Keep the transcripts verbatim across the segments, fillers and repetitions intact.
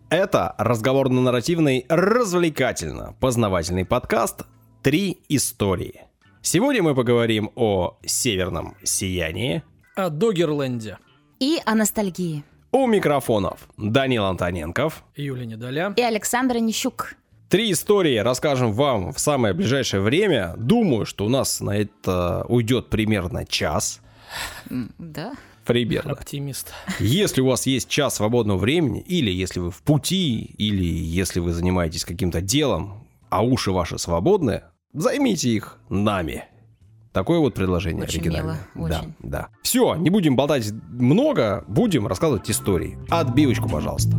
Это разговорно-нарративный, развлекательно-познавательный подкаст «Три истории». Сегодня мы поговорим о северном сиянии, о Догерленде и о ностальгии. У микрофонов Данил Антоненков, Юлия Недоля и Александр Онищук. Три истории расскажем вам в самое ближайшее время. Думаю, что у нас на это уйдет примерно час. Да. Примерно. Оптимист. Если у вас есть час свободного времени, или если вы в пути, или если вы занимаетесь каким-то делом, а уши ваши свободны, займите их нами. Такое вот предложение очень оригинальное. Мило, да, очень. да. Все, не будем болтать много, будем рассказывать истории. Отбивочку, пожалуйста.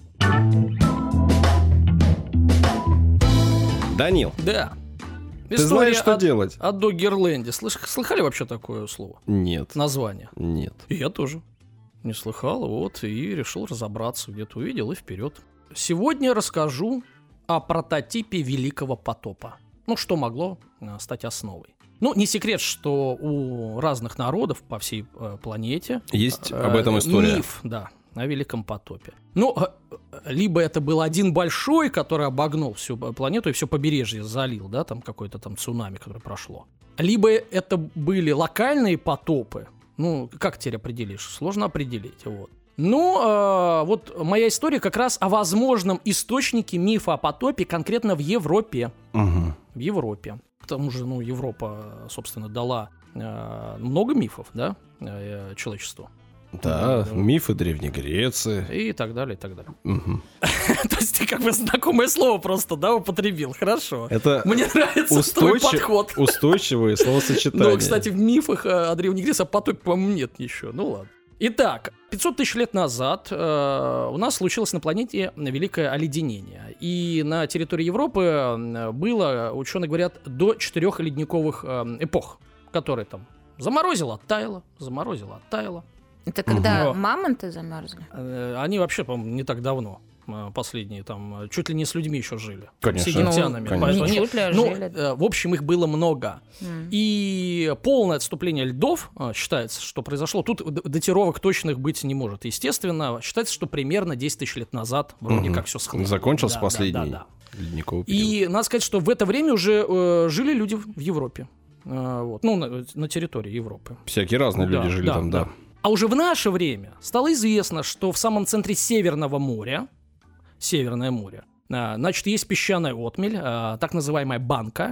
Данил. Да. Ты История знаешь, что о, делать? О Догерленде. Слыш, слыхали вообще такое слово? Нет. Название? Нет. И я тоже не слыхал, вот, и решил разобраться, где-то увидел, и вперед. Сегодня расскажу о прототипе Великого потопа. Ну, что могло а, стать основой. Ну, не секрет, что у разных народов по всей э, планете Есть э, об этом история. Миф, да, о Великом потопе. Ну, либо это был один большой, который обогнул всю планету и все побережье залил, да, там какое-то там цунами, которое прошло. Либо это были локальные потопы. Ну, как теперь определишь? Сложно определить, вот. Ну, э, вот моя история как раз о возможном источнике мифа о потопе конкретно в Европе. Угу. В Европе. К тому же, ну, Европа, собственно, дала э, много мифов, да, э, человечеству. Да, да, мифы Древней Греции. И так далее, и так далее. Угу. То есть ты как бы знакомое слово просто, да, употребил. Хорошо. Это Мне нравится устойчив... твой подход. Устойчивые словосочетания. Но, кстати, в мифах о Древней Греции о потопе, по-моему, нет еще. Ну ладно. Итак, пятьсот тысяч лет назад э, у нас случилось на планете великое оледенение. И на территории Европы было, ученые говорят, до четырех ледниковых э, эпох, которые там заморозило, оттаяло, заморозило, оттаяло. Это когда Угу. мамонты замерзли? Э, они вообще, по-моему, не так давно. Последние там чуть ли не с людьми еще жили. Конечно. С египтянами. Ну, Поэтому не они, чуть ли, а ну, жили. э, в общем, их было много. Mm. И полное отступление льдов, э, считается, что произошло. Тут д- датировок точных быть не может. Естественно, считается, что примерно десять тысяч лет назад вроде Угу. как все схлынуло. Закончился Да, последний да, да, да. ледниковый период. И надо сказать, что в это время уже э, жили люди в Европе. Э, вот. Ну, на, на территории Европы. Всякие разные Да, люди жили да, там, да. да. А уже в наше время стало известно, что в самом центре Северного моря, Северное море, значит, есть песчаная отмель, так называемая банка,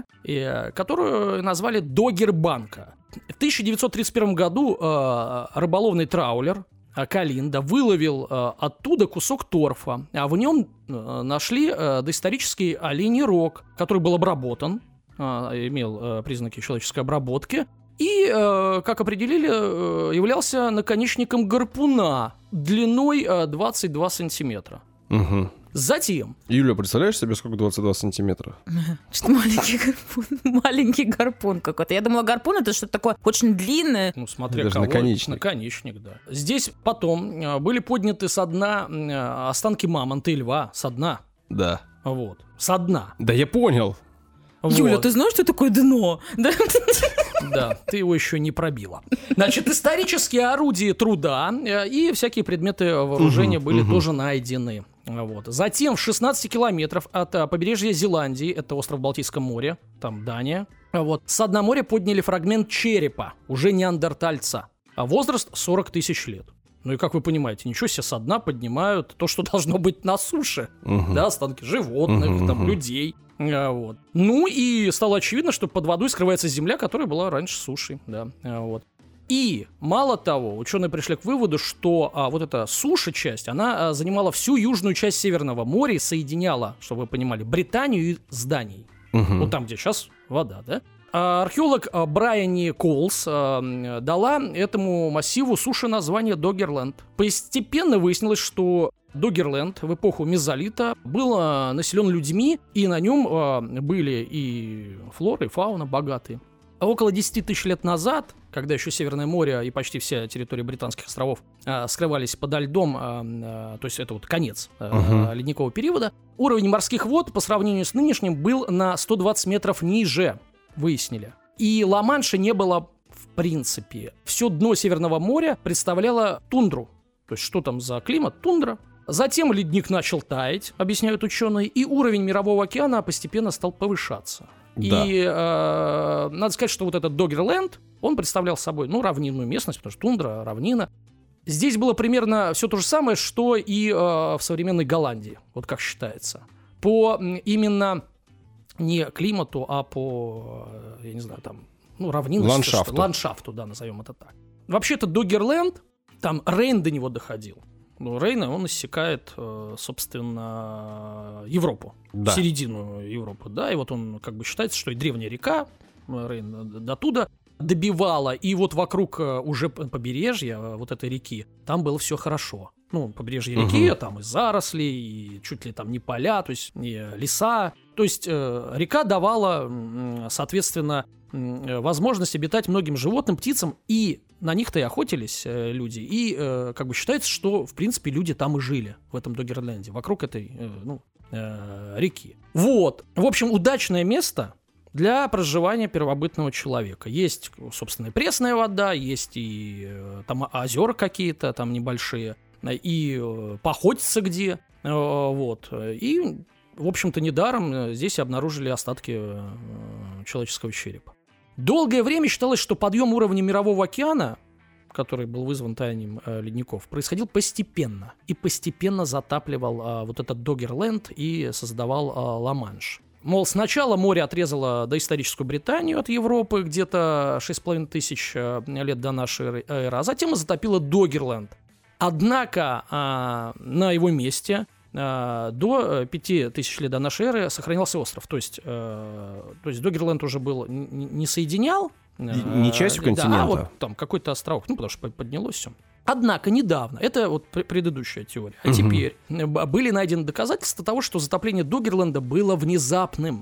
которую назвали Догербанка. В тысяча девятьсот тридцать первом году рыболовный траулер Калинда выловил оттуда кусок торфа, а в нем нашли доисторический оленей рог, который был обработан, имел признаки человеческой обработки, и, как определили, являлся наконечником гарпуна длиной двадцать два сантиметра. Угу. Затем... Юля, представляешь себе, сколько двадцать два сантиметра? Что-то маленький гарпун. Маленький гарпун какой-то. Я думала, гарпун — это что-то такое очень длинное. Ну, смотря Даже кого. наконечник. Наконечник, да. Здесь потом э, были подняты со дна э, останки мамонта и льва. Со дна. Да. Вот. Со дна. Да я понял. Юля, Вот. ты знаешь, что такое дно? Да? Да, ты его еще не пробила. Значит, исторические орудия труда э, и всякие предметы вооружения Мгм, были мгм. тоже найдены. Вот. Затем в шестнадцати километров от а, побережья Зеландии, это остров в Балтийском море, там Дания, вот, с дна моря подняли фрагмент черепа, уже неандертальца, а возраст сорок тысяч лет. Ну и как вы понимаете, ничего себе, со дна поднимают то, что должно быть на суше, Мгм. да, останки животных, Мгм, там, мгм. людей. А, вот. Ну и стало очевидно, что под водой скрывается земля, которая была раньше сушей, да, а, вот. И, мало того, ученые пришли к выводу, что а, вот эта суша-часть, она а, занимала всю южную часть Северного моря и соединяла, чтобы вы понимали, Британию с Данией. Мгм. Вот там, где сейчас вода, да? А археолог а, Брайани Коулс а, дала этому массиву суши название Догерленд. Постепенно выяснилось, что Догерленд в эпоху мезолита был а, населен людьми, и на нем а, были и флора, и фауна богатые. А около десять тысяч лет назад, когда еще Северное море и почти вся территория Британских островов а, скрывались подо льдом, а, а, то есть это вот конец а, Uh-huh. ледникового периода, уровень морских вод по сравнению с нынешним был на сто двадцать метров ниже, выяснили. И Ла-Манша не было в принципе. Все дно Северного моря представляло тундру. То есть что там за климат? Тундра. Затем ледник начал таять, объясняют ученые, и уровень Мирового океана постепенно стал повышаться. Да. И э, надо сказать, что вот этот Доггерленд, он представлял собой, ну, равнинную местность, потому что тундра, равнина. Здесь было примерно все то же самое, что и э, в современной Голландии, вот как считается. По именно не климату, а по, я не знаю, там, ну, равнинности. Ландшафту. Ландшафту, да, назовем это так. Вообще-то Доггерленд, там Рейн до него доходил. Ну, Рейн, он иссякает, собственно, Европу, Да. середину Европы, да, и вот он как бы считается, что и древняя река Рейн до туда добивала, и вот вокруг уже побережья вот этой реки, там было все хорошо. Ну, побережье реки, Угу. там и заросли, и чуть ли там не поля, то есть и леса. То есть э, река давала, м, соответственно, м, возможность обитать многим животным, птицам, и на них-то и охотились э, люди. И э, как бы считается, что, в принципе, люди там и жили, в этом Доггерленде, вокруг этой э, ну, э, реки. Вот. В общем, удачное место для проживания первобытного человека. Есть, собственно, пресная вода, есть и э, там озера какие-то там небольшие, и э, поохотиться где. Э, вот. И, в общем-то, недаром здесь обнаружили остатки э, человеческого черепа. Долгое время считалось, что подъем уровня Мирового океана, который был вызван таянием э, ледников, происходил постепенно. И постепенно затапливал э, вот этот Доггерленд и создавал э, Ла-Манш. Мол, сначала море отрезало доисторическую Британию от Европы, где-то шесть с половиной тысяч э, лет до нашей эры, а затем затопило Доггерленд. Однако э, на его месте э, до пяти тысяч лет до нашей эры сохранялся остров. То есть, э, то есть Доггерленд уже был, не, не соединял. Э, Не частью да, континента. а вот там какой-то островок, ну, потому что поднялось все. Однако недавно, это вот предыдущая теория, а Мгм. теперь были найдены доказательства того, что затопление Доггерленда было внезапным.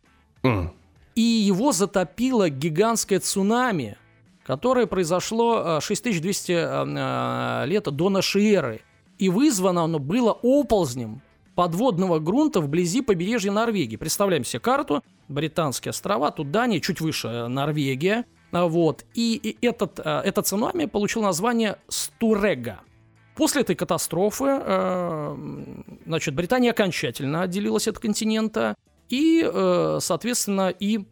М. И его затопило гигантское цунами, которое произошло шесть тысяч двести э, лет до нашей эры. И вызвано оно было оползнем подводного грунта вблизи побережья Норвегии. Представляем себе карту. Британские острова, тут Дания, чуть выше Норвегия. Вот. И, и этот, этот цунами получил название Стурега. После этой катастрофы э, значит, Британия окончательно отделилась от континента. И, э, соответственно, и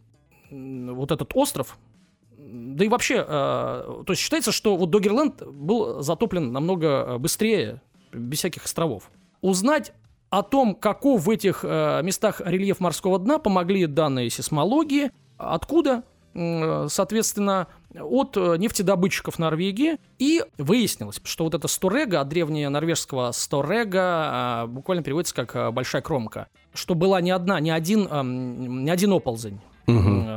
вот этот остров, да и вообще, э, то есть считается, что вот Доггерленд был затоплен намного быстрее, без всяких островов. Узнать о том, каков в этих э, местах рельеф морского дна, помогли данные сейсмологии. Откуда? Соответственно, от нефтедобытчиков Норвегии. И выяснилось, что вот это Сторега, от древненорвежского Сторега, буквально переводится как «большая кромка», что была не одна, не один, не один оползень, Угу.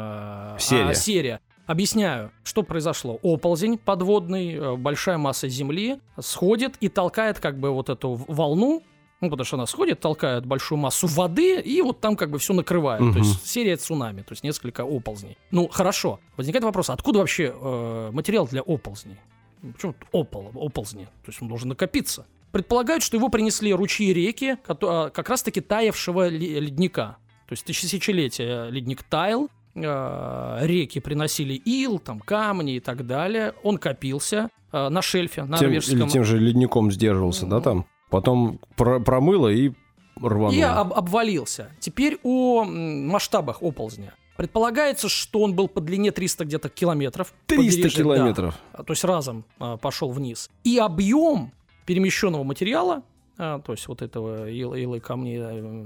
а Серия. серия. Объясняю, что произошло. Оползень подводный, большая масса земли сходит и толкает как бы вот эту волну. Ну, потому что она сходит, толкает большую массу воды, и вот там как бы все накрывает. Угу. То есть серия цунами, то есть несколько оползней. Ну, хорошо. Возникает вопрос, откуда вообще э, материал для оползней? Почему опол, оползни? То есть он должен накопиться. Предполагают, что его принесли ручьи и реки, как раз-таки таявшего ледника. То есть тысячелетия ледник таял, э, реки приносили ил, там, камни и так далее. Он копился э, на шельфе, на Тем, норвежском. или тем же ледником сдерживался, да, там? Потом про- промыло и рвануло. И об- обвалился. Теперь о м, масштабах оползня. Предполагается, что он был по длине триста где-то километров. триста побережья, километров. да. То есть разом а, пошел вниз. И объем перемещенного материала, а, то есть вот этого ила, ила и камней,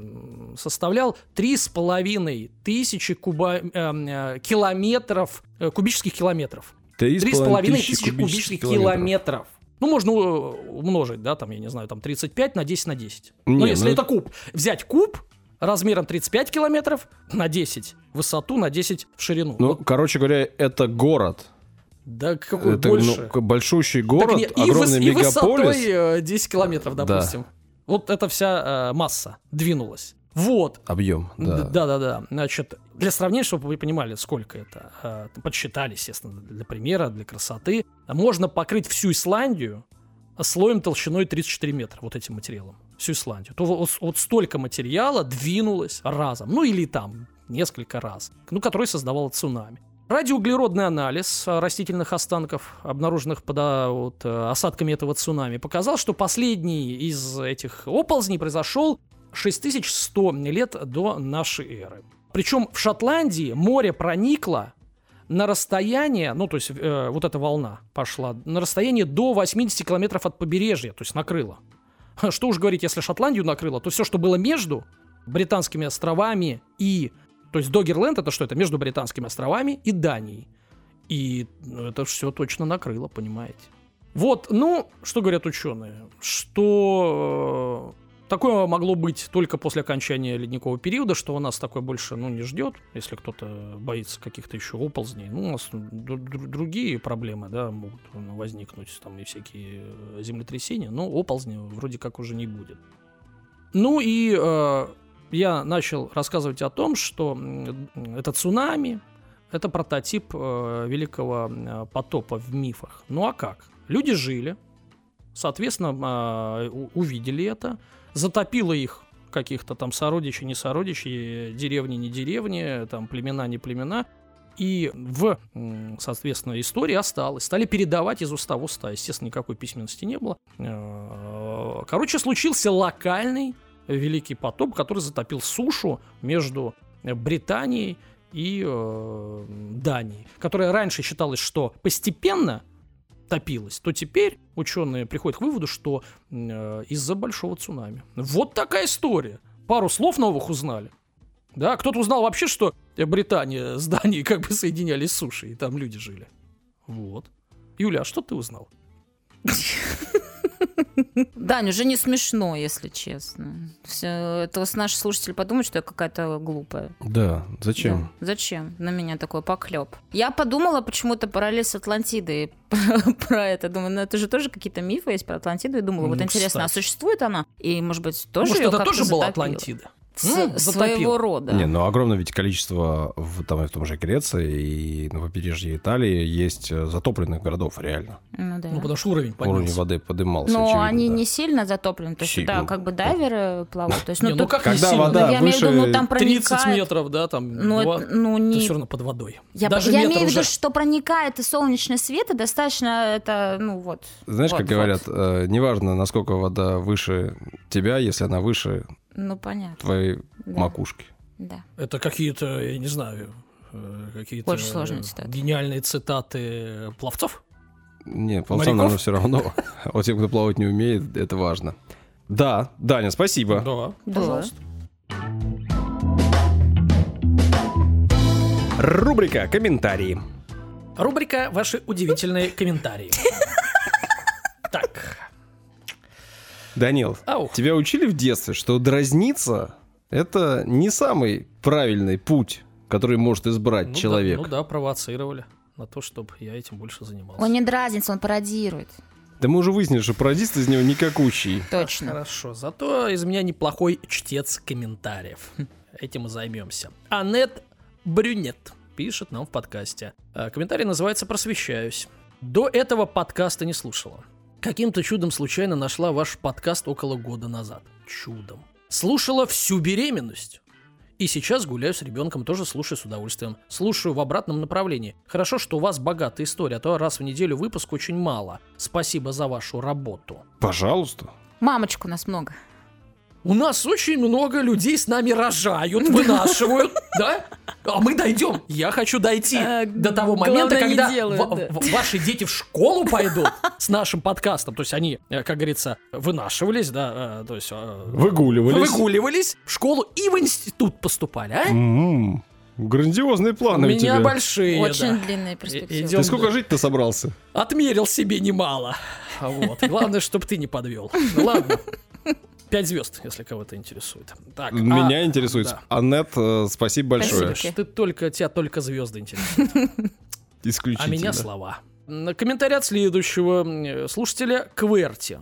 а, составлял три с половиной тысячи куба, а, а, километров, а, кубических километров. Три Три с половиной тысячи тысячи кубических километров. Ну, можно умножить, да, там, я не знаю, там тридцать пять на десять на десять. Не, Но если ну это куб, взять куб размером тридцать пять километров на десять, высоту на десять в ширину. Ну, Вот, короче говоря, это город. да какой Это больше? ну, большущий город, Так нет, и, огромный выс- и мегаполис. высотой э, десять километров, Да. допустим. Вот эта вся э, масса двинулась. Вот. Объем, да. Да-да-да. Значит, для сравнения, чтобы вы понимали, сколько это, э, подсчитали, естественно, для примера, для красоты, можно покрыть всю Исландию слоем толщиной тридцать четыре метра вот этим материалом. Всю Исландию. То вот, вот столько материала двинулось разом. Ну или там несколько раз. Ну, который создавал цунами. Радиоуглеродный анализ растительных останков, обнаруженных под а, вот, осадками этого цунами, показал, что последний из этих оползней произошел шесть тысяч сто лет до нашей эры. Причем в Шотландии море проникло на расстояние, ну, то есть э, вот эта волна пошла, на расстояние до восемьдесят километров от побережья, то есть накрыло. Что уж говорить, если Шотландию накрыло, то все, что было между Британскими островами и... То есть Доггерленд — это что? Это между Британскими островами и Данией. И ну, это все точно накрыло, понимаете. Вот, ну, что говорят ученые? Что э, такое могло быть только после окончания ледникового периода, что у нас такое больше, ну, не ждет, если кто-то боится каких-то еще оползней. Ну, у нас д- д- другие проблемы, да, могут возникнуть, там и всякие землетрясения, но оползни вроде как уже не будет. Ну и... Э, я начал рассказывать о том, что это цунами, это прототип э, великого э, потопа в мифах. Ну а как? Люди жили, соответственно, э, увидели это, затопило их каких-то там сородичей, не сородичей, деревни, не деревни, там племена, не племена. И в, соответственно, истории осталось. Стали передавать из уста в уста. Естественно, никакой письменности не было. Короче, случился локальный великий потоп, который затопил сушу между Британией и э, Данией, которая раньше считалось, что постепенно топилась, то теперь ученые приходят к выводу, что э, из-за большого цунами. Вот такая история. Пару слов новых узнали. Да, кто-то узнал вообще, что Британия с Данией как бы соединялись с сушей, и там люди жили. Вот. Юля, а что ты узнал? Дань, уже не смешно, если честно. Все, это наши слушатели подумают, что я какая-то глупая. Да, зачем? Да. Зачем на меня такой поклеп? Я подумала почему-то параллель с Атлантидой про это. Думаю, ну это же тоже какие-то мифы есть про Атлантиду. И думала, вот интересно, а существует она? И, может быть, тоже Может, ее это как-то тоже была затопило? Атлантида? С- Ну, своего рода. Не, ну огромное ведь количество в, там, и в том же Греции и на побережье Италии есть затопленных городов, реально. Ну, да. Ну, потому что уровень поднялся. Уровень воды подымался. Но очевидно, они да. не сильно затоплены, то есть Си- да, ну, как бы дайверы плавают. То есть, Не, ну, ну тут- как Когда не сильно? вода Ну, я имею в виду, ну выше там тридцать проникает. метров, да, там Ну, два, это, ну, не... это все равно под водой. Я, Даже я метр имею в виду, уже. что проникает и солнечный свет, и достаточно это, ну вот. Знаешь, вот, как вот. говорят, э, неважно, насколько вода выше тебя, если она выше Ну, понятно. твоей Да. макушки. Да. Это какие-то, я не знаю, э, какие-то Очень сложные цитаты. гениальные цитаты пловцов? Нет, пловцам, Моряков? наверное, все равно. А вот тем, кто плавать не умеет, это важно. Да, Даня, спасибо. Да, Да. пожалуйста. Рубрика «Комментарии». Рубрика «Ваши удивительные комментарии». Так. Данил, Ау. тебя учили в детстве, что дразниться — это не самый правильный путь, который может избрать Ну человек. Да, ну да, провоцировали на то, чтобы я этим больше занимался. Он не дразнится, он пародирует. Да мы уже выяснили, что пародист из него никакущий. Точно. Хорошо, зато из меня неплохой чтец комментариев. Этим и займемся. Аннет Брюнет пишет нам в подкасте. А, комментарий называется «Просвещаюсь». До этого подкаста не слушала. Каким-то чудом случайно нашла ваш подкаст около года назад. Чудом. Слушала всю беременность. И сейчас гуляю с ребенком, тоже слушаю с удовольствием. Слушаю в обратном направлении. Хорошо, что у вас богатая история, а то раз в неделю выпуск очень мало. Спасибо за вашу работу. Пожалуйста. Мамочек у нас много. У нас очень много людей с нами рожают, вынашивают, да? А мы дойдем. Я хочу дойти А, до того момента, главное, не когда делают, ва- да. в- ваши дети в школу пойдут с нашим подкастом. То есть они, э, как говорится, вынашивались, да, э, то есть э, Выгуливались. выгуливались в школу и в институт поступали, а? М-м, грандиозные У планы у меня тебя. большие, Очень да. длинные И- перспективы. идем. Ты сколько жить-то собрался? Отмерил себе немало. Вот. Главное, чтобы ты не подвел. Ну ладно. Пять звезд, если кого-то интересует. Так, Меня а- интересует. да. Аннет, э, спасибо большое. Спасибо. Ты только, тебя только звезды интересуют, Исключительно. а меня слова. На комментарий от следующего э, слушателя Кверти.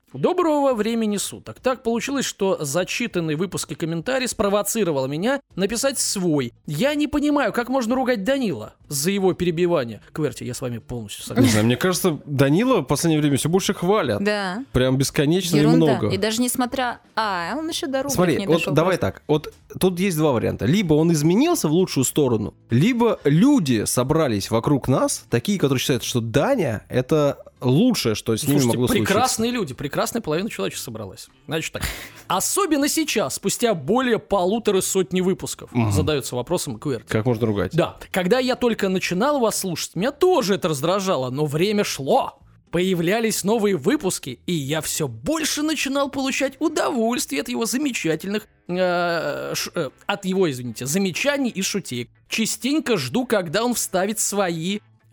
Доброго времени суток. Так получилось, что зачитанный выпуск и комментарий спровоцировал меня написать свой. Я не понимаю, как можно ругать Данила за его перебивание. Кверти, я с вами полностью Не согласен. знаю, мне кажется, Данила в последнее время все больше хвалят. Да. Прям бесконечно Ерунда. и много. И даже несмотря... А, он еще до рубрик Смотри, не вот дошел. давай просто. так. Вот тут есть два варианта. Либо он изменился в лучшую сторону, либо люди собрались вокруг нас, такие, которые считают, что Даня — это лучшее, что с ними Слушайте, могло случиться. прекрасные люди, прекрасная половина человечества собралась. Значит так, особенно сейчас, спустя более полутора сотни выпусков, задаются вопросом Кверти. Как можно ругать? Да, когда я только начинал вас слушать, меня тоже это раздражало, но время шло. Появлялись новые выпуски, и я все больше начинал получать удовольствие от его замечательных, э, ш- э, от его, извините, замечаний и шутеек. Частенько жду, когда он вставит свои, э,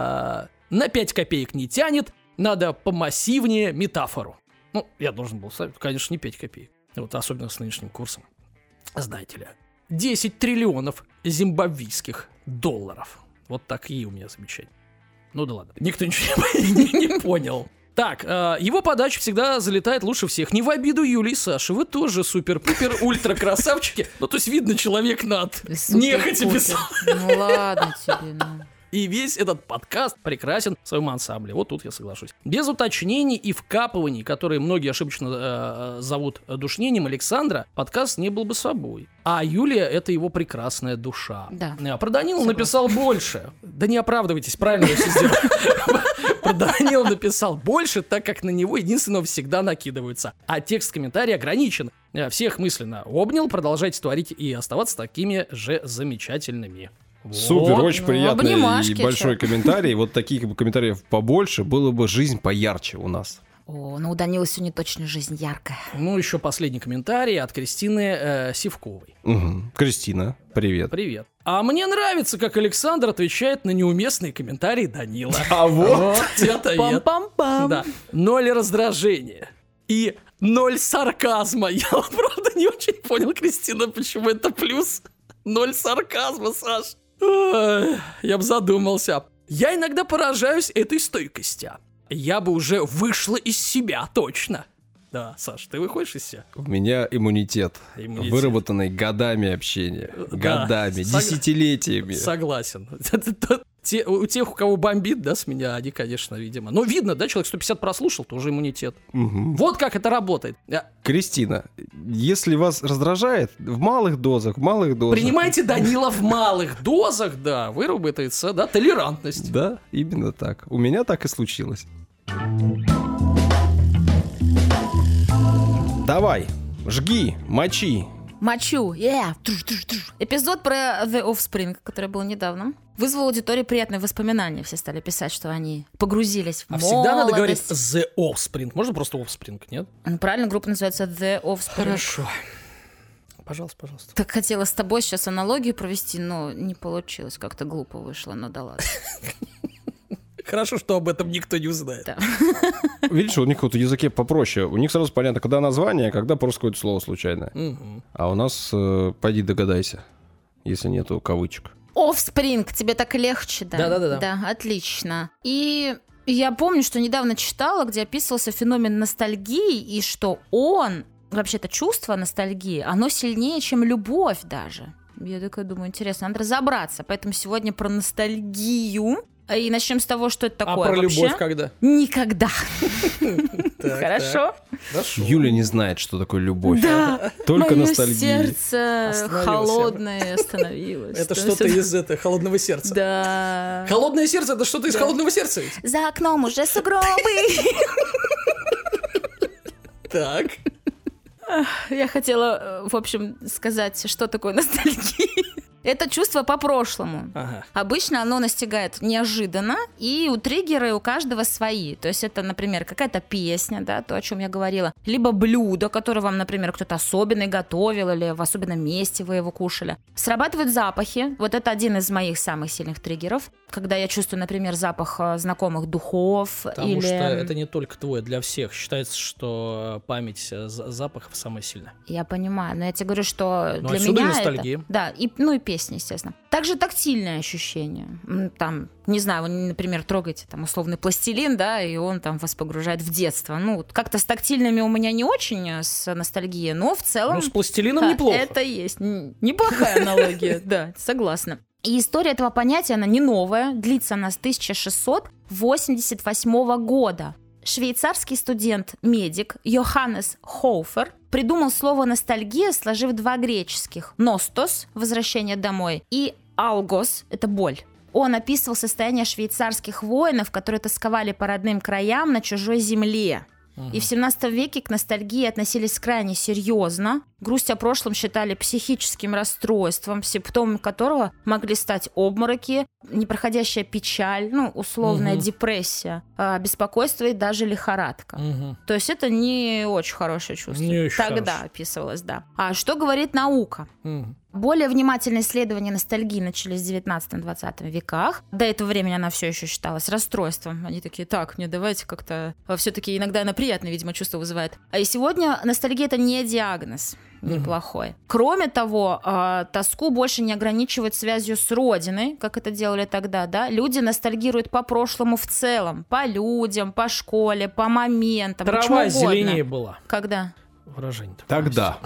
на пять копеек не тянет, надо помассивнее метафору. Ну, я должен был вставить, конечно, не пять копеек, вот особенно с нынешним курсом. Знаете ли, десять триллионов зимбабвийских долларов. Вот такие у меня замечания. Ну да ладно, никто ничего не, не понял. Так, э, его подача всегда залетает лучше всех. Не в обиду Юли и Саши, вы тоже супер-пупер ультра-красавчики. Ну, то есть, видно, человек над Супер-пупер. нехотя писал. Ну ладно тебе, ну. И весь этот подкаст прекрасен в своем ансамбле. Вот тут я соглашусь. Без уточнений и вкапываний, которые многие ошибочно э, зовут душнением Александра, подкаст не был бы собой. А Юлия — это его прекрасная душа. Да. А про Данила Согласна. написал больше. Да не оправдывайтесь, правильно я все сделал. Про Данила написал больше, так как на него единственно всегда накидываются. А текст комментария ограничен. Всех мысленно обнял, продолжайте творить и оставаться такими же замечательными. Супер, Вот. очень Ну, приятный обнимашки, и большой чё. комментарий. Вот таких как бы комментариев побольше, было бы жизнь поярче у нас. О, ну у Данила сегодня точно жизнь яркая. Ну, еще последний комментарий от Кристины э, Сивковой. Угу. Кристина, привет. Привет. А мне нравится, как Александр отвечает на неуместные комментарии Данила. А вот. Это нет. Пам-пам-пам. Да. Ноль раздражения. И ноль сарказма. Я вот, правда не очень понял, Кристина, почему это плюс. Ноль сарказма, Саш. Ой, я бы задумался. Я иногда поражаюсь этой стойкости. Я бы уже вышла из себя, точно. Да, Саш, ты выходишь из себя? У меня иммунитет, Иммунитет. выработанный годами общения, Да, годами, сог- десятилетиями. Согласен. Те- у тех, у кого бомбит, да, с меня, они, конечно, видимо. Но видно, да, человек сто пятьдесят прослушал, тоже иммунитет. Мгм. Вот как это работает. А, Кристина, если вас раздражает, в малых дозах, в малых дозах. Принимайте Данила в малых дозах, да, выработается, да, толерантность. Да, именно так. У меня так и случилось. Давай, жги, мочи. Мочу, yeah. Туш, туш, туш. Эпизод про The Offspring, который был недавно, вызвал у аудитории приятные воспоминания. Все стали писать, что они погрузились в А всегда надо говорить молодость. The Offspring. Можно просто Offspring, нет? Ну, правильно, группа называется The Offspring. Хорошо. Пожалуйста, пожалуйста. Так хотела с тобой сейчас аналогию провести, но не получилось. Как-то глупо вышло, но да ладно. Хорошо, что об этом никто не узнает. Да. Видишь, у них вот в языке попроще. У них сразу понятно, когда название, а когда просто какое-то слово случайное. Мгм. А у нас, э, пойди догадайся, если нету кавычек. Offspring, тебе так легче, да? Да-да-да. Да, отлично. И я помню, что недавно читала, где описывался феномен ностальгии, и что он, вообще-то чувство ностальгии, оно сильнее, чем любовь даже. Я такая думаю, интересно, надо разобраться. Поэтому сегодня про ностальгию. И начнем с того, что это А такое про вообще. любовь когда? Никогда. Так, Хорошо? так. Хорошо. Юля не знает, что такое любовь. Да. Только Моё ностальгия. сердце Остановилось. холодное остановилось. Это То что-то есть из этого холодного сердца. Да. Холодное сердце — это что-то из Да. холодного сердца ведь? За окном уже сугробы. Так. Я хотела, э, в общем, сказать, что такое ностальгия. Это чувство по прошлому. Ага. Обычно оно настигает неожиданно, и у триггеры у каждого свои. То есть это, например, какая-то песня, да, то, о чем я говорила, либо блюдо, которое вам, например, кто-то особенный готовил, или в особенном месте вы его кушали. Срабатывают запахи. Вот это один из моих самых сильных триггеров. когда я чувствую, например, запах э, знакомых духов. Потому или... что это не только твой, для всех. Считается, что память э, запахов самая сильная. Я понимаю, но я тебе говорю, что Ну, для отсюда меня ностальгия. это... Да, и, ну и песни, естественно. Также тактильное ощущение. М, Там, не знаю, вы, например, трогаете там условный пластилин, да, и он там вас погружает в детство. Ну, вот как-то с тактильными у меня не очень э, с ностальгией, но в целом... Ну, с пластилином да, неплохо. это есть. Н- Неплохая аналогия, да, согласна. И история этого понятия, она не новая, длится она с тысяча шестьсот восемьдесят восьмого года. Швейцарский студент-медик Йоханнес Хоуфер придумал слово «ностальгия», сложив два греческих «ностос» — возвращение домой, и «алгос» — это боль. Он описывал состояние швейцарских воинов, которые тосковали по родным краям на чужой земле. И в семнадцатом веке к ностальгии относились крайне серьезно. Грусть о прошлом считали психическим расстройством, симптомом которого могли стать обмороки, непроходящая печаль, ну, условная Мгм. депрессия, а, беспокойство и даже лихорадка. Мгм. То есть это не очень хорошее чувство. Не очень Тогда хорошее. описывалось, да. А что говорит наука? Мгм. Более внимательные исследования ностальгии начались в девятнадцатом-двадцатом веках. До этого времени она все еще считалась расстройством. Они такие, так, не давайте как-то... Все-таки иногда она приятное, видимо, чувство вызывает. А и сегодня ностальгия — это не диагноз неплохой. Кроме того, э, тоску больше не ограничивают связью с родиной, как это делали тогда, да. Люди ностальгируют по прошлому в целом, по людям, по школе, по моментам, Трава почему угодно. зеленее была. Когда? Выражение такое. Тогда.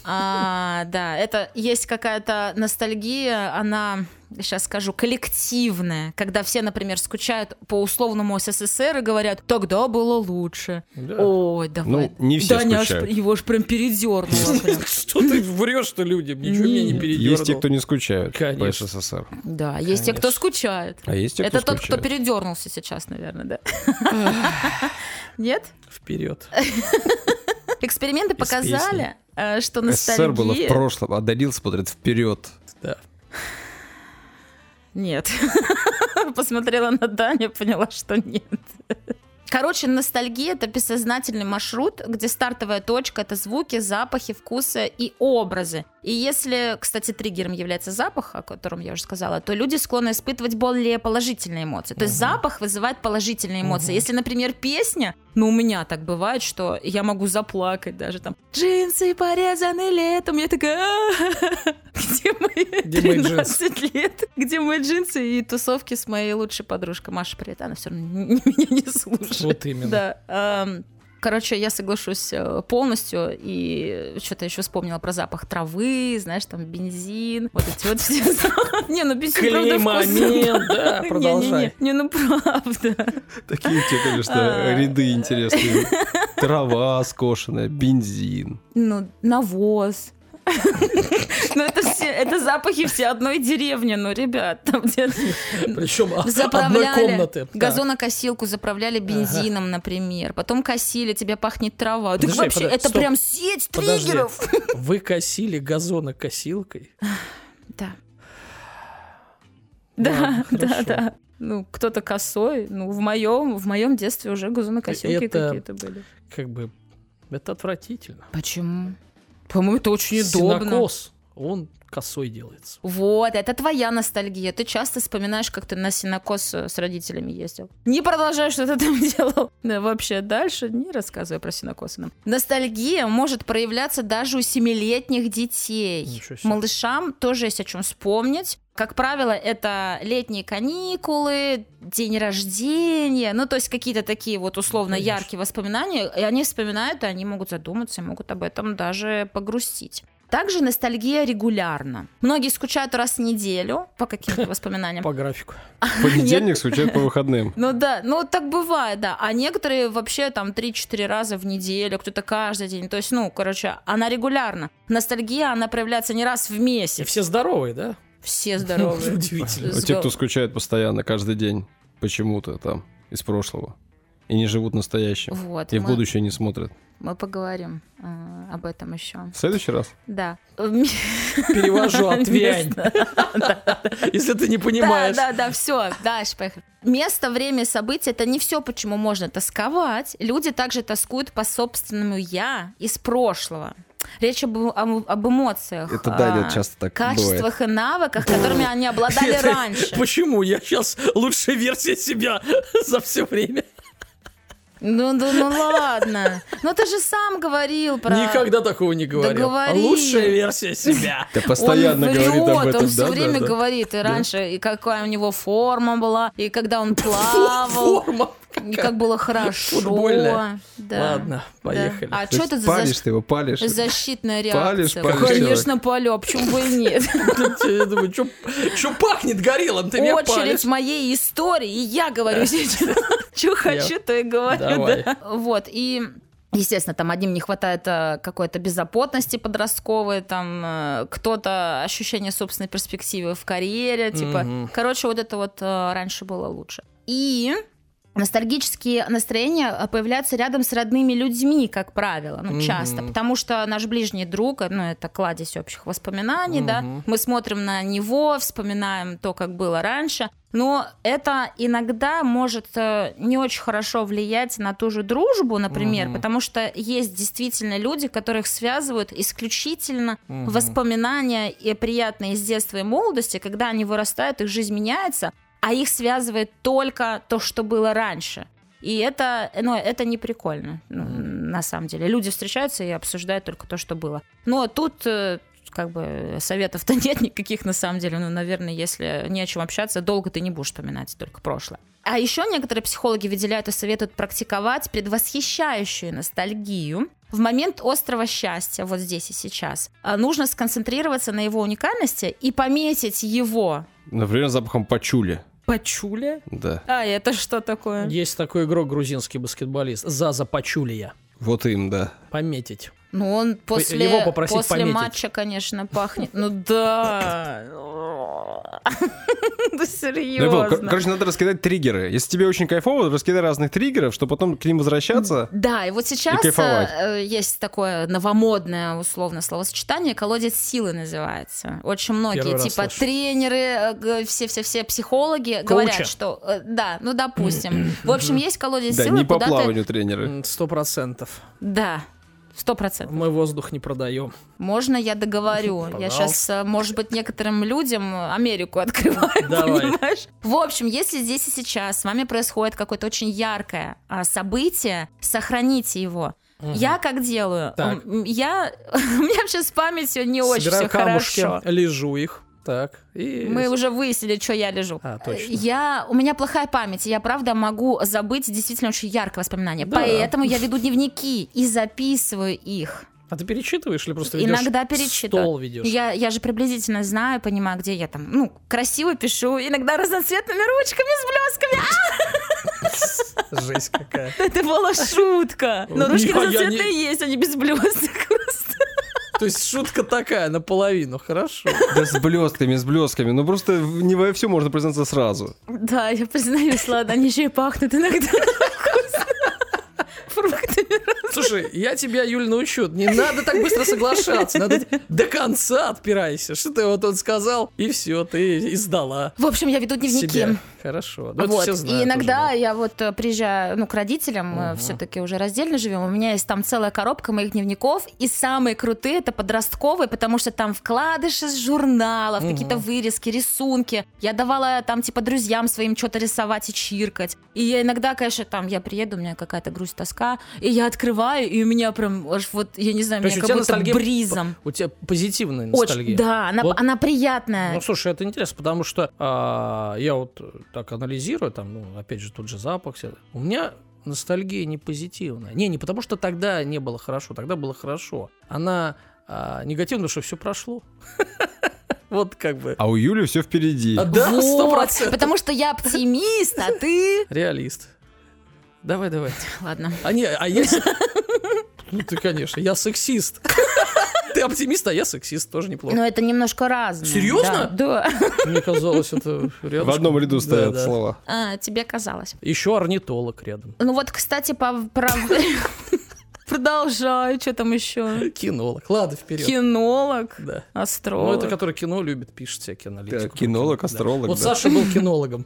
А, да, это есть какая-то ностальгия, она, сейчас скажу, коллективная, когда все, например, скучают по условному СССР и говорят, тогда было лучше. Да. Ой, давай. Ну, не все Даня аж скучают. его ж прям передернуло. прям. Что ты врешь-то людям? Ничего меня не Нет. передернул. Есть те, кто не скучают по Конечно. СССР. Да, есть те, кто Конечно. скучает. А есть те, кто Это тот, кто скучает. передернулся сейчас, наверное, да? Нет? Вперед. Эксперименты Из показали, э, что СССР было в ностальгия... прошлом, а Данил смотрит вперед. Да. Нет. Посмотрела на Даню, поняла, что нет. Короче, ностальгия — это бессознательный маршрут, где стартовая точка — это звуки, запахи, вкусы и образы. И если, кстати, триггером является запах, о котором я уже сказала, то люди склонны испытывать более положительные эмоции. То есть запах вызывает положительные эмоции. Если, например, песня, ну, у меня так бывает, что я могу заплакать даже там. Джинсы порезаны летом. Я такая, «А-а-а, где мои Где мои тринадцать лет? Где мои джинсы и тусовки с моей лучшей подружкой? Маша, привет, она все равно н- меня не слушает. Вот именно. Да. ам, Короче, я соглашусь э, полностью, и что-то еще вспомнила про запах травы, знаешь, там бензин, вот эти вот все запахи. Не, ну бензин, правда, Клей-момент, да, вкусный. продолжай. Не, не, не, ну правда. Такие у тебя, конечно, А. ряды интересные. Трава скошенная, бензин. Ну, навоз. Ну, это все, это запахи все одной деревни, ну, ребят, там где Причем одной заправляли комнаты. Так. газонокосилку, заправляли бензином, например, потом косили, тебе пахнет трава. Так Подожди, вообще, подожди, это стоп. прям сеть Подожди. триггеров. Вы косили газонокосилкой? Да. Да, Ладно, да, хорошо. да. Ну, кто-то косой. Ну, в моем, в моем детстве уже газонокосилки Это- какие-то были. Как бы, это отвратительно. Почему? По-моему, это очень удобно. Сенокос, он косой делается. Вот, это твоя ностальгия. Ты часто вспоминаешь, как ты на сенокос с родителями ездил. Не продолжай, что ты там делал. Да, вообще дальше не рассказывай про сенокосы нам. Ностальгия может проявляться даже у семилетних детей. Ничего себе. Малышам тоже есть о чем вспомнить. Как правило, это летние каникулы, день рождения, ну, то есть какие-то такие вот условно Конечно. яркие воспоминания, и они вспоминают, и они могут задуматься, и могут об этом даже погрустить. Также ностальгия регулярна. Многие скучают раз в неделю по каким-то воспоминаниям. По графику. В понедельник скучают по выходным. Ну да, ну так бывает, да. А некоторые вообще там три-четыре раза в неделю, кто-то каждый день. То есть, ну, короче, она регулярна. Ностальгия, она проявляется не раз в И месяц. все здоровые, да? Все здоровые. Удивительно. А те, кто скучает постоянно, каждый день, почему-то там, из прошлого, и не живут настоящим, Вот, и в мы, будущее не смотрят. мы поговорим э, об этом еще. В следующий раз? Да. Перевожу отвянь. Если ты не понимаешь. Да, да, да, все, дальше поехали. Место, время, события — это не все, почему можно тосковать. Люди также тоскуют по собственному «я» из прошлого. Речь об, об, об эмоциях. Это да, а, это часто так качествах бывает. и навыках, которыми они обладали раньше. Почему? Я сейчас лучшая версия себя за все время. Ну, ну, ну ладно. Ну ты же сам говорил про... Никогда такого не говорил. Да говори. Лучшая версия себя. Ты постоянно он говорит об врет, этом, он все да, время да, да. говорит, и раньше, и какая у него форма была, и когда он плавал, Форма. и как было хорошо. Футбольная. Да. Ладно, поехали. Да. А То что есть это за палишь защ- ты его, палишь. защитная Палишь, реакция? палишь Конечно, палю, а почему бы и нет? Я думаю, что пахнет горелым, ты меня Очередь палишь. моей истории, и я говорю сейчас, что хочу, то и говорю. Давай. да. Вот, и... Естественно, там одним не хватает э, какой-то беззаботности подростковой, там э, кто-то ощущение собственной перспективы в карьере, типа, Мгм. короче, вот это вот э, раньше было лучше. И ностальгические настроения появляются рядом с родными людьми, как правило, ну, Мгм. часто, потому что наш ближний друг, ну, это кладезь общих воспоминаний, да, Мгм. мы смотрим на него, вспоминаем то, как было раньше, но это иногда может э, не очень хорошо влиять на ту же дружбу, например, Мгм. потому что есть действительно люди, которых связывают исключительно Мгм. воспоминания и приятные из детства и молодости, когда они вырастают, их жизнь меняется, а их связывает только то, что было раньше. И это, ну, это не прикольно, ну, на самом деле. Люди встречаются и обсуждают только то, что было. Но тут э, как бы советов-то нет никаких на самом деле. Ну, наверное, если не о чем общаться, долго ты не будешь вспоминать только прошлое. А еще некоторые психологи выделяют и советуют практиковать предвосхищающую ностальгию. В момент острого счастья, вот здесь и сейчас, а, нужно сконцентрироваться на его уникальности и пометить его. Например, запахом пачули. Пачуля? Да. А это что такое? Есть такой игрок, грузинский баскетболист, Заза Пачулия. Вот им, да. Пометить. Ну, он после, Его попросить после пометить. матча, конечно, пахнет. Ну да. Да Ну, я понял. Кор- серьезно. Короче, надо раскидать триггеры. Если тебе очень кайфово, раскидай разных триггеров, чтобы потом к ним возвращаться. Да, и вот сейчас И кайфовать. э, есть такое новомодное, условно, словосочетание, колодец силы называется. Очень многие, Первый раз типа слышу. тренеры, э, г- все-все-все психологи говорят, что... э, Да, ну допустим. В общем, есть колодец Да, силы, не по куда ты... плаванию тренеры. М, Сто процентов. Да, сто процентов. Мы воздух не продаем. Можно я договорю? Я Пожалуйста. сейчас, может быть, некоторым людям Америку открываю, Давай. понимаешь? В общем, если здесь и сейчас с вами происходит какое-то очень яркое а, событие, сохраните его. Я как делаю? Так. М, Я... У меня вообще с памятью не очень Собираю все камушки, хорошо. лежу их. Так. И... Мы уже выяснили, что я лежу. А, точно. Я, у меня плохая память, и я, правда, могу забыть действительно очень яркое воспоминание. Да. Поэтому я веду дневники и записываю их. А ты перечитываешь или просто ведешь Иногда перечитываю. стол ведешь? Я, я же приблизительно знаю, понимаю, где я там, ну, красиво пишу, иногда разноцветными ручками с блесками. Жесть какая. Это была шутка. Но ручки Я- я разноцветные не- есть, они без блесток просто. То есть шутка такая, наполовину, хорошо. Да с блестками, с блестками. Ну просто не во все можно признаться сразу. Да, я признаюсь, ладно, они еще и пахнут иногда вкусно. Фруктами. Слушай, я тебя, Юль, научу. Не надо так быстро соглашаться. Надо до конца отпирайся. Что ты вот он сказал, и все, ты и сдала В общем, я веду дневники. себя. Хорошо. Ну, это Вот. все И знают иногда уже, я вот э, приезжаю, ну, к родителям, мы все-таки уже раздельно живем. У меня есть там целая коробка моих дневников, и самые крутые это подростковые, потому что там вкладыши с журналов, какие-то вырезки, рисунки. Я давала там типа друзьям своим что-то рисовать и чиркать. И я иногда, конечно, там я приеду, у меня какая-то грусть, тоска, и я открываю, и у меня прям аж вот, я не знаю, То меня есть у как тебя будто ностальгия- бризом. У тебя позитивная Очень, ностальгия. да, она, Вот. она приятная. Ну, слушай, это интересно, потому что а, я вот так анализирую, там, ну, опять же, тот же запах. всё. У меня ностальгия не позитивная. Не, не потому что тогда не было хорошо, тогда было хорошо. Она а, негативная, потому что все прошло. Вот как бы. А у Юли все впереди. А, да, сто Вот, процентов. потому что я оптимист, а ты... Реалист. Давай, давай. Ладно. А не, а я... с- Ну ты, конечно, я сексист. Ты оптимист, а я сексист, тоже неплохо. Но это немножко разное. Серьезно? Да. да. Мне казалось, это рядом. В одном ряду стоят слова. А, тебе казалось. Еще орнитолог рядом. Ну вот, кстати, по... про- Продолжаю, что там еще? Кинолог. Ладно, вперед. Кинолог, Да. астролог. Ну, это который кино любит, пишет всякие аналитики. Да, кинолог, Да. астролог, Вот да. Саша был кинологом,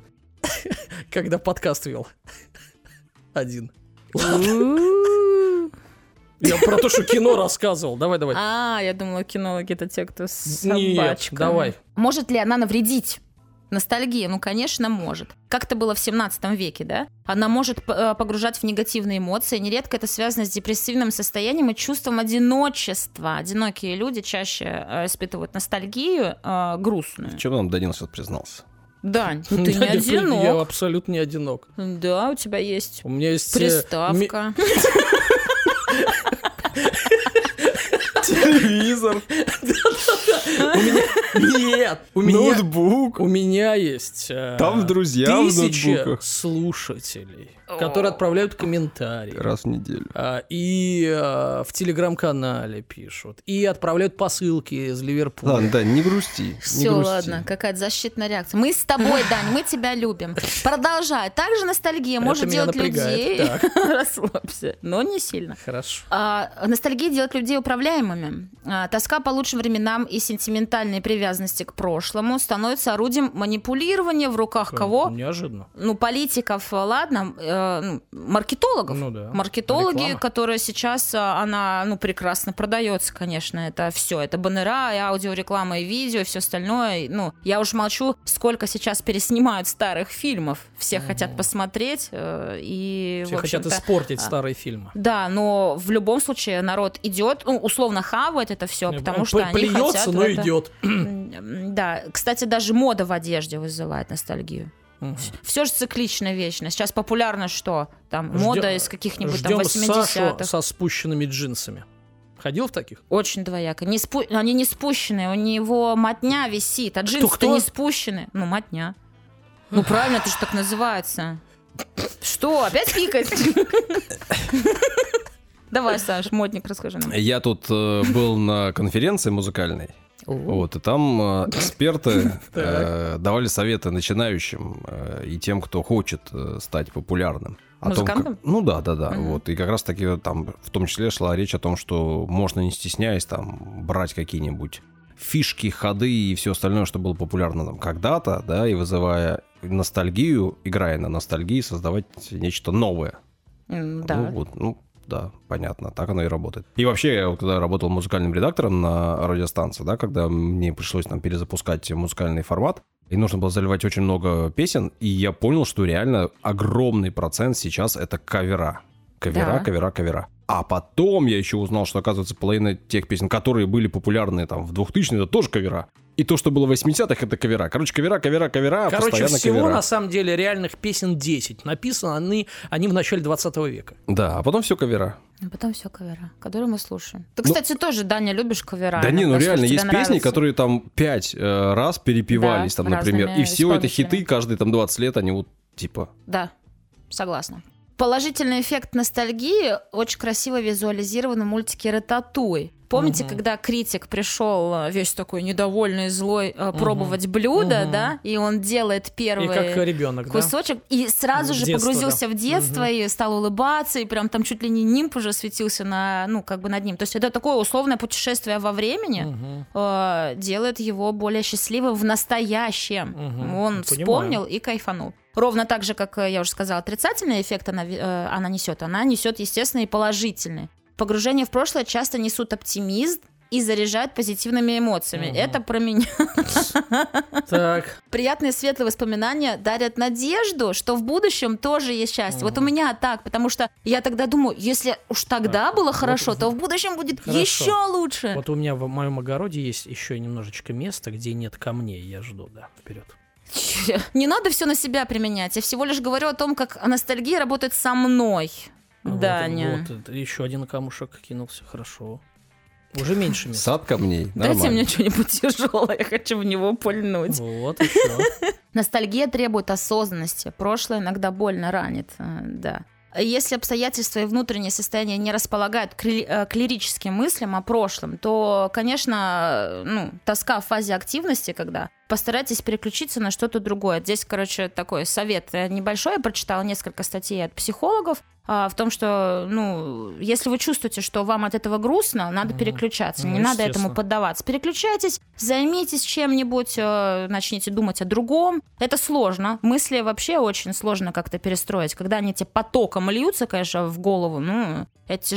когда подкаст вел. Один. У-у-у. Я про то, что кино рассказывал. Давай, давай. А, я думала, кинологи — это те, кто с Нет, собачками. давай. Может ли она навредить? Ностальгия, ну, конечно, может. Как это было в семнадцатом веке, да? Она может погружать в негативные эмоции. Нередко это связано с депрессивным состоянием и чувством одиночества. Одинокие люди чаще испытывают ностальгию э, грустную. В чем нам Данил сейчас признался? Дань, ну ты не одинок. Я абсолютно не одинок. Да, у тебя есть У меня есть... приставка. Телевизор. У меня... Нет, у меня... Ноутбук. У меня есть... э, Там друзья в тысячи ноутбуках. слушателей, которые отправляют комментарии. Раз в неделю. А, И а, в телеграм-канале пишут. И отправляют посылки из Ливерпуля. Ладно, да, не грусти. не Все, грусти. ладно, какая-то защитная реакция. Мы с тобой, Дань, мы тебя любим. Продолжай. Также ностальгия Это может меня делать напрягает. людей... Так. Расслабься, но не сильно. Хорошо. А, ностальгия делает людей управляемыми. А, тоска по лучшим временам и сентиментальной привязанности к прошлому становится орудием манипулирования в руках кого? Неожиданно. Ну, политиков, ладно, э, ну, маркетологов. Ну да. Маркетологи, Реклама. которые сейчас, а, она, ну, прекрасно продается, конечно, это все, это баннера, и аудиореклама, и видео, и все остальное. Ну, я уж молчу, сколько сейчас переснимают старых фильмов. Все Мгм. хотят посмотреть, э, и, Все в хотят общем-то, испортить а, старые фильмы. да, но в любом случае народ идет, ну, условно хавает это все, потому Он что они плюется, хотят... но в это- идет. Да, кстати, даже мода в одежде вызывает ностальгию. Мгм. Все же циклично вечно. Сейчас популярно что? Там Ждем- мода из каких-нибудь там Ждем Сашу восьмидесятых. со спущенными джинсами. Ходил в таких? Очень двояко. Не спу... Они не спущенные, у него мотня висит, а джинсы-то кто? не спущены. Ну, мотня. Ну, правильно, это же так называется. Что, опять пикать? Давай, Саш, модник, расскажи нам. Я тут э, был на конференции музыкальной. Вот, и там э, эксперты э, давали советы начинающим э, и тем, кто хочет э, стать популярным. О том, как- Музыкантам? Ну да, да, да. Мгм. Вот. И как раз таки там в том числе шла речь о том, что можно, не стесняясь, там брать какие-нибудь фишки, ходы и все остальное, что было популярно там когда-то, да, и вызывая ностальгию, играя на ностальгии, создавать нечто новое. М, Да. Ну, вот, ну, да, понятно, так оно и работает. И вообще, я вот когда работал музыкальным редактором на радиостанции, да, когда мне пришлось там перезапускать музыкальный формат, и нужно было заливать очень много песен, и я понял, что реально огромный процент сейчас это кавера. Кавера, Да. кавера, кавера. А потом я еще узнал, что, оказывается, половина тех песен, которые были популярны там в двухтысячные, это тоже кавера. И то, что было в восьмидесятых, это кавера. Короче, кавера, кавера, кавера, Короче, постоянно всего кавера. на самом деле реальных песен десять. Написаны они, они в начале двадцатого века. Да, а потом все кавера. А потом все кавера, которые мы слушаем. Ты, Ну, кстати, тоже, Даня, любишь кавера. Да не, ну иногда реально, слушать, есть тебе песни, нравится. которые там пять э, раз перепевались, Да, там, например, разными и все это исполнителями. хиты, каждые там двадцать лет, они вот типа... Да, согласна. Положительный эффект ностальгии очень красиво визуализирован в мультике «Рататуй». Помните, Мгм. когда критик пришел э, весь такой недовольный, злой, э, пробовать блюдо, Мгм. да, и он делает первый И как ребенок, да? кусочек, и сразу В же детство, погрузился да. в детство Мгм. и стал улыбаться, и прям там чуть ли не нимб уже светился на, ну, как бы над ним. То есть это такое условное путешествие во времени, Мгм. э, делает его более счастливым в настоящем. Мгм. Он Понимаю. вспомнил и кайфанул. Ровно так же, как э, я уже сказала, отрицательный эффект она, ви- э, она несет, она несет, естественно, и положительный. Погружение в прошлое часто несут оптимизм и заряжают позитивными эмоциями. Мгм. Это про меня. Так, Приятные светлые воспоминания дарят надежду, что в будущем тоже есть счастье. Вот у Мгм. меня так, потому что я тогда думаю, если уж тогда Так, было вот хорошо, в- то в будущем будет Хорошо. еще лучше. вот у меня в моем огороде есть еще немножечко места, где нет камней. Я жду, да, вперед. Не надо все на себя применять. Я всего лишь говорю о том, как ностальгия работает со мной. Даня. Вот, вот, еще один камушек кинулся, хорошо. Уже меньше места. Сад камней, Дайте нормально. мне что-нибудь тяжелое, я хочу в него пульнуть. Вот еще. Ностальгия требует осознанности. Прошлое иногда больно ранит. э, Да. Если обстоятельства и внутреннее состояние не располагают к ли- э, к лирическим мыслям о прошлом, то, конечно, э, ну, тоска в фазе активности, когда постарайтесь переключиться на что-то другое. Здесь, короче, такой совет небольшой. Я прочитала несколько статей от психологов а, в том, что, ну, если вы чувствуете, что вам от этого грустно, надо Мгм. переключаться, Ну, не надо этому естественно. поддаваться. Переключайтесь, займитесь чем-нибудь, э, начните думать о другом. Это сложно. Мысли вообще очень сложно как-то перестроить. Когда они тебе потоком льются, конечно, в голову, ну, это тяжело.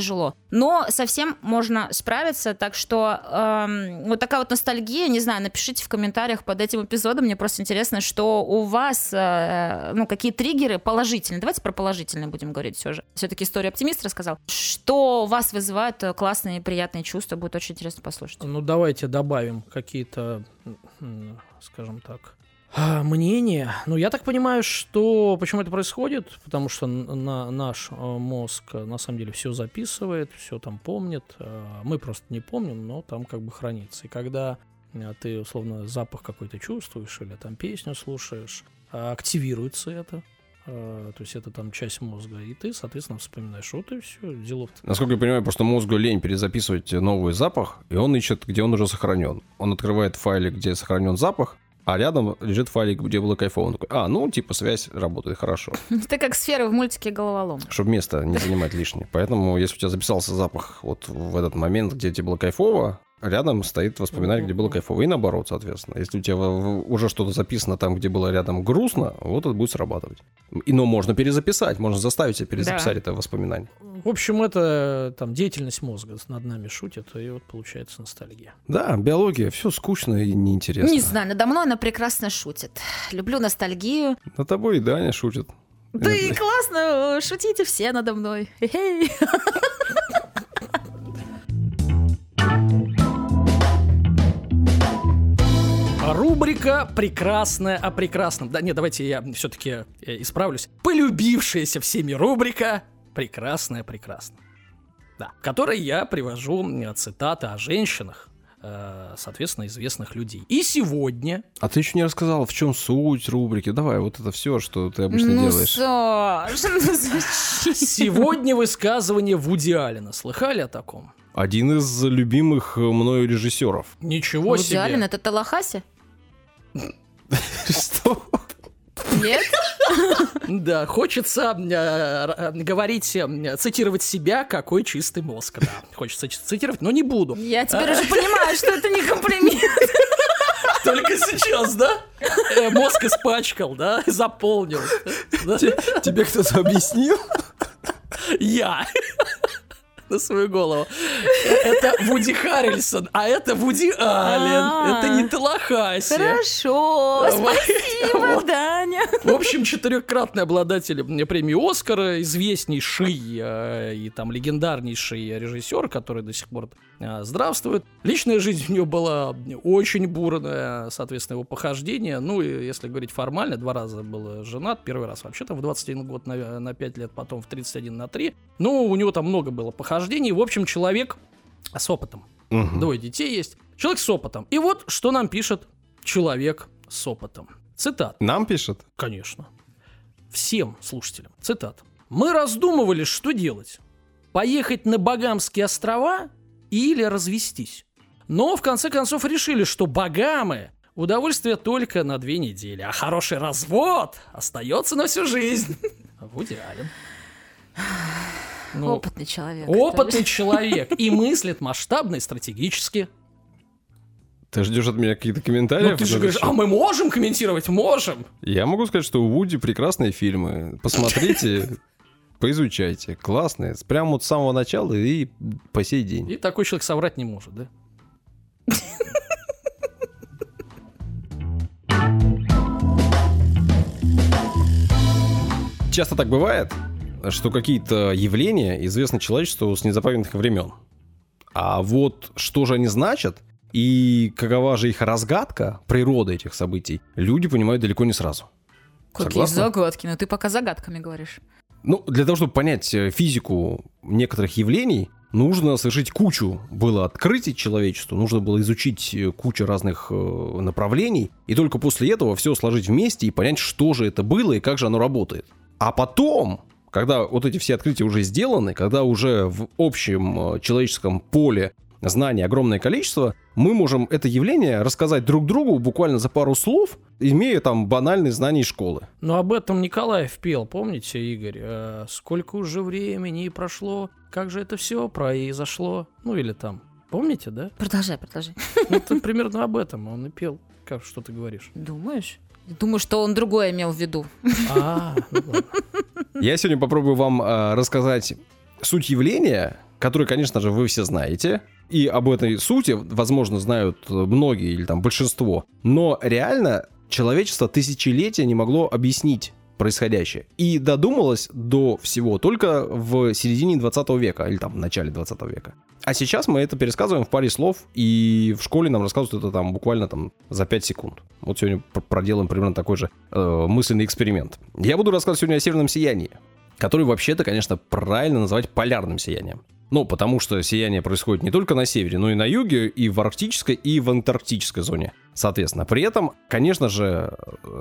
Но совсем можно справиться, так что эм, вот такая вот ностальгия, не знаю, напишите в комментариях под этим эпизодом, мне просто интересно, что у вас, э, ну, какие триггеры положительные. Давайте про положительные будем говорить все же. Все-таки история оптимиста рассказал. Что у вас вызывает классные, приятные чувства, будет очень интересно послушать. Ну, давайте добавим какие-то, скажем так, мнение. Ну, я так понимаю, что почему это происходит, потому что на, наш мозг на самом деле все записывает, все там помнит. Мы просто не помним, но там как бы хранится. И когда ты, условно, запах какой-то чувствуешь или там песню слушаешь, активируется это. То есть это там часть мозга, и ты, соответственно, вспоминаешь, вот и все, делов. Насколько я понимаю, просто мозгу лень перезаписывать новый запах, и он ищет, где он уже сохранен. Он открывает файлик, где сохранен запах, а рядом лежит файлик, где было кайфово. Он такой, а, ну, типа, связь работает хорошо. Это как сфера в мультике «Головолом». Чтобы место не занимать лишнее. Поэтому, если у тебя записался запах вот в этот момент, где тебе было кайфово, рядом стоит воспоминание, где было кайфово. И наоборот, соответственно. Если у тебя уже что-то записано там, где было рядом грустно, вот это будет срабатывать. И, но можно перезаписать, можно заставить себя перезаписать да. это воспоминание. В общем, это там деятельность мозга над нами шутит, и вот получается ностальгия. Да, биология, все скучно и неинтересно. Не знаю, надо мной она прекрасно шутит. Люблю ностальгию. Над тобой и Даня шутит. Да и классно, шутите все надо мной. Хе-хей. Рубрика «Прекрасная о прекрасном». Да, нет, давайте я все-таки исправлюсь. Полюбившаяся всеми рубрика «Прекрасная о прекрасном». Да, в которой я привожу цитаты о женщинах, э, соответственно, известных людей. И сегодня... А ты еще не рассказала, в чем суть рубрики. Давай, вот это все, что ты обычно ну, делаешь. Саш, Сегодня высказывание Вуди Аллена. Слыхали о таком? Один из любимых мною режиссеров. Ничего Вуди себе. Аллен — это Талахаси? Что? Нет? Да, хочется э, говорить, э, цитировать себя, какой чистый мозг. Да, хочется цитировать, но не буду. Я теперь уже понимаю, что это не комплимент. Только сейчас, да? Э, мозг испачкал, да? Заполнил. Да? Тебе кто-то объяснил? Я. На свою голову. Это Вуди Харрельсон, а это Вуди Аллен. Это не Талахаси. Хорошо, спасибо, Даня. В общем, четырехкратный обладатель премии «Оскара», известнейший э, и там легендарнейший режиссер, который до сих пор э, здравствует. Личная жизнь у него была очень бурная, соответственно, его похождения. Ну, и если говорить формально, два раза был женат. Первый раз вообще-то в двадцать один год на, на пять лет, потом в тридцать один на три. Ну, у него там много было похождений. В общем, человек с опытом. Угу. Двое детей есть. Человек с опытом. И вот что нам пишет человек с опытом. Цитат. Нам пишет? Конечно. Всем слушателям. Цитат. «Мы раздумывали, что делать. Поехать на Багамские острова или развестись. Но в конце концов решили, что Багамы – удовольствие только на две недели, а хороший развод остается на всю жизнь». Вуди Аллен. Ну, опытный человек. Опытный человек. И мыслит масштабно и стратегически. Ты ждешь от меня какие-то комментарии? Ну, ты же говоришь, а мы можем комментировать? Можем. Я могу сказать, что у Вуди прекрасные фильмы. Посмотрите, поизучайте. Классные. Прямо вот с самого начала и по сей день. И такой человек соврать не может, да? Часто так бывает, что какие-то явления известны человечеству с незапамятных времен. А вот что же они значат и какова же их разгадка, природа этих событий, люди понимают далеко не сразу. Какие Согласны? загадки? Ну ты пока загадками говоришь. Ну, для того, чтобы понять физику некоторых явлений, нужно совершить кучу было открытий человечеству, нужно было изучить кучу разных направлений, и только после этого все сложить вместе и понять, что же это было и как же оно работает. А потом, когда вот эти все открытия уже сделаны, когда уже в общем человеческом поле знаний огромное количество, мы можем это явление рассказать друг другу буквально за пару слов, имея там банальные знания из школы. Но об этом Николаев пел, помните, Игорь? Э, сколько уже времени прошло, как же это все произошло? Ну или там, помните, да? Продолжай, продолжай. Ну, это примерно об этом он и пел. Как, что ты говоришь? Думаешь? Думаю, что он другое имел в виду. А, ну ладно. Я сегодня попробую вам э, рассказать суть явления, который, конечно же, вы все знаете, и об этой сути, возможно, знают многие или там большинство, но реально человечество тысячелетия не могло объяснить происходящее. И додумалось до всего только в середине двадцатого века, или там в начале двадцатого века. А сейчас мы это пересказываем в паре слов, и в школе нам рассказывают это там буквально там за пять секунд. Вот сегодня проделаем примерно такой же э, мысленный эксперимент. Я буду рассказывать сегодня о северном сиянии, который вообще-то, конечно, правильно называть полярным сиянием. Ну, потому что сияние происходит не только на севере, но и на юге, и в арктической, и в антарктической зоне. Соответственно, при этом, конечно же,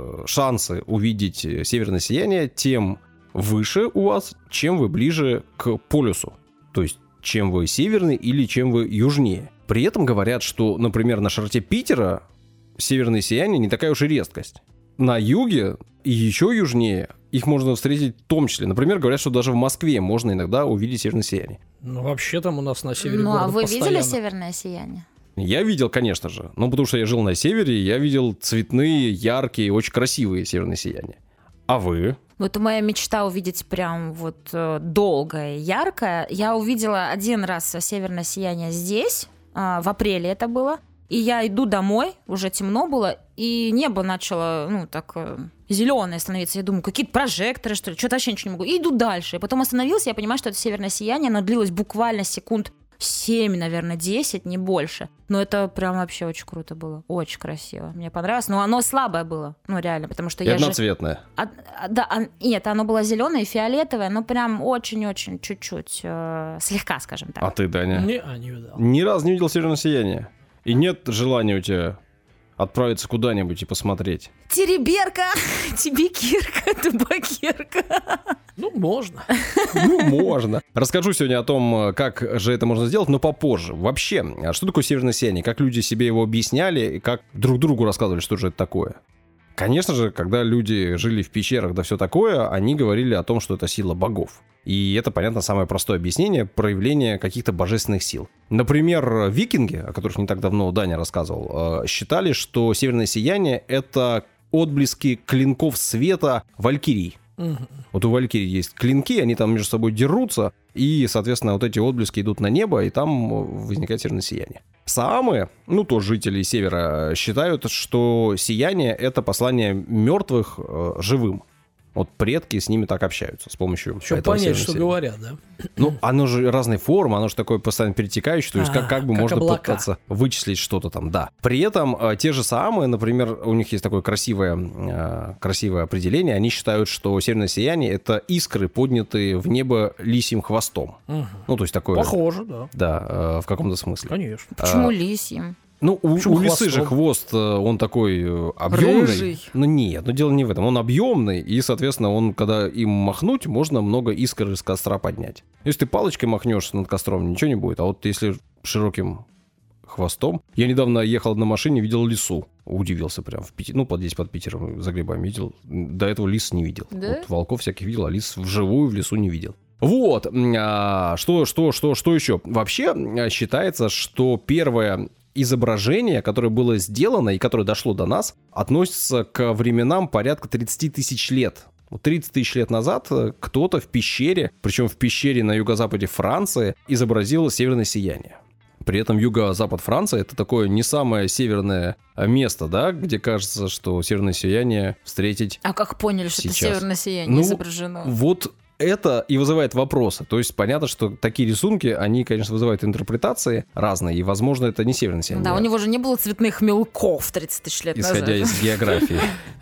шансы увидеть северное сияние тем выше у вас, чем вы ближе к полюсу. То есть, чем вы северный или чем вы южнее. При этом говорят, что, например, на широте Питера северное сияние не такая уж и редкость. На юге и еще южнее их можно встретить в том числе. Например, говорят, что даже в Москве можно иногда увидеть северное сияние. Ну, вообще там у нас на севере Ну, города а вы постоянно. видели северное сияние? Я видел, конечно же. Ну, потому что я жил на севере, я видел цветные, яркие, очень красивые северные сияния. А вы? Вот моя мечта увидеть прям вот э, долгое, яркое. Я увидела один раз северное сияние здесь, э, в апреле это было. И я иду домой, уже темно было, и небо начало, ну, так, э, зеленое становиться. Я думаю, какие-то прожекторы, что ли, что-то вообще ничего не могу. И иду дальше. И потом остановился, я понимаю, что это северное сияние, оно длилось буквально секунд семь, наверное, десять, не больше. Но это прям вообще очень круто было. Очень красиво. Мне понравилось. Но оно слабое было. Ну, реально, потому что И я одноцветное. же... А, а, да, а, нет, оно было зеленое и фиолетовое, но прям очень-очень чуть-чуть, э, слегка, скажем так. А ты, Даня? Не, а, не видал. Ни разу не видел северное сияние. И нет желания у тебя отправиться куда-нибудь и посмотреть. Тереберка, тебе кирка, табакерка. Ну, можно. Ну, можно. Расскажу сегодня о том, как же это можно сделать, но попозже. Вообще, что такое северное сияние? Как люди себе его объясняли и как друг другу рассказывали, что же это такое? Конечно же, когда люди жили в пещерах, да все такое, они говорили о том, что это сила богов. И это, понятно, самое простое объяснение проявления каких-то божественных сил. Например, викинги, о которых не так давно Даня рассказывал, считали, что северное сияние — это отблески клинков света валькирий. Угу. Вот у валькирий есть клинки, они там между собой дерутся, и, соответственно, вот эти отблески идут на небо, и там возникает северное сияние. Саамы, ну, тоже жители севера, считают, что сияние — это послание мертвых э, живым. Вот предки с ними так общаются с помощью Чтобы этого понять, северного что сияния. говорят, да? Ну, оно же разной формы, оно же такое постоянно перетекающее, то есть как, А, как бы как можно облака. пытаться вычислить что-то там, да. При этом э, те же Саамы, например, у них есть такое красивое, э, красивое определение, они считают, что северное сияние — это искры, поднятые в небо лисьим хвостом. Угу. Ну, то есть такое... Похоже, да. Да, э, в каком-то смысле. Конечно. Почему лисьим? Ну, у, Почему у лисы же хвостом? хвост, э, он такой э, объемный. Рыжий. Ну нет, но дело не в этом. Он объемный, и, соответственно, он, когда им махнуть, можно много искр из костра поднять. Если ты палочкой махнешь над костром, ничего не будет. А вот если широким хвостом... Я недавно ехал на машине, видел лису. Удивился прям. В Питере, ну, под здесь под Питером за грибами видел. До этого лис не видел. Да? Вот волков всяких видел, а лис вживую в лесу не видел. Вот. А, что, что, что, что еще? Вообще а, считается, что первое изображение, которое было сделано и которое дошло до нас, относится к временам порядка тридцать тысяч лет. тридцать тысяч лет назад кто-то в пещере, причем в пещере на юго-западе Франции, изобразил северное сияние. При этом юго-запад Франции — это такое не самое северное место, да, где кажется, что северное сияние встретить. А как поняли, что Сейчас. это северное сияние Ну, изображено? Вот это и вызывает вопросы. То есть понятно, что такие рисунки, они, конечно, вызывают интерпретации разные, и, возможно, это не северное сияние. Да, у него же не было цветных мелков тридцать тысяч лет Исходя назад. из географии.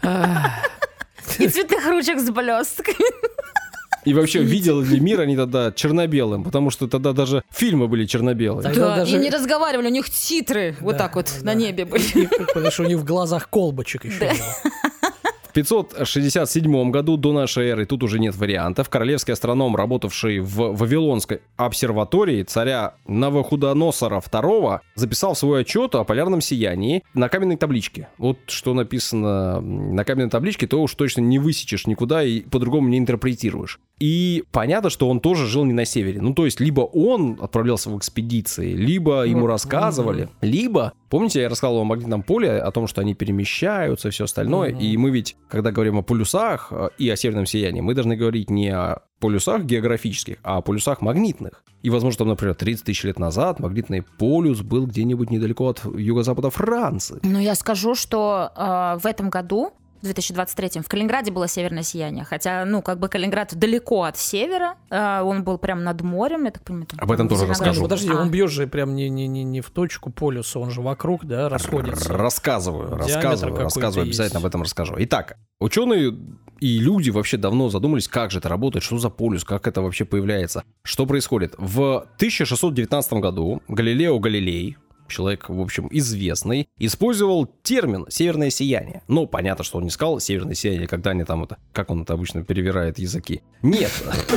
И цветных ручек с блестками. И вообще, видел ли мир они тогда черно-белым? Потому что тогда даже фильмы были черно-белые. Тогда Да, даже- и не разговаривали, у них титры вот Да, так вот да. на небе были. И, потому что у них в глазах колбочек еще Да. было. В пятьсот шестьдесят седьмом году до нашей эры, тут уже нет вариантов, королевский астроном, работавший в Вавилонской обсерватории царя Навуходоносора второго, записал свой отчет о полярном сиянии на каменной табличке. Вот что написано на каменной табличке, то уж точно не высечешь никуда и по-другому не интерпретируешь. И понятно, что он тоже жил не на севере. Ну, то есть, либо он отправлялся в экспедиции, либо ему Вот. рассказывали, либо Помните, я рассказывал о магнитном поле, о том, что они перемещаются и все остальное, mm-hmm. и мы ведь, когда говорим о полюсах и о северном сиянии, мы должны говорить не о полюсах географических, а о полюсах магнитных. И, возможно, там, например, тридцать тысяч лет назад магнитный полюс был где-нибудь недалеко от юго-запада Франции. Ну, я скажу, что э, в этом году, в две тысячи двадцать третьем, в Калининграде было северное сияние. Хотя, ну, как бы Калининград далеко от севера, э, он был прям над морем, я так понимаю. Там, Об этом тоже расскажу. Подожди, а. он бьет же прям не, не, не, не в точку полюса, он же вокруг, да, расходится. Рассказываю, Диаметр рассказываю, рассказываю, обязательно есть. об этом расскажу. Итак, ученые и люди вообще давно задумались, как же это работает, что за полюс, как это вообще появляется, что происходит. В тысяча шестьсот девятнадцатом году Галилео Галилей, человек, в общем, известный, использовал термин «северное сияние». Ну, понятно, что он не сказал «северное сияние», когда они там это, как он это обычно перевирает языки. Нет.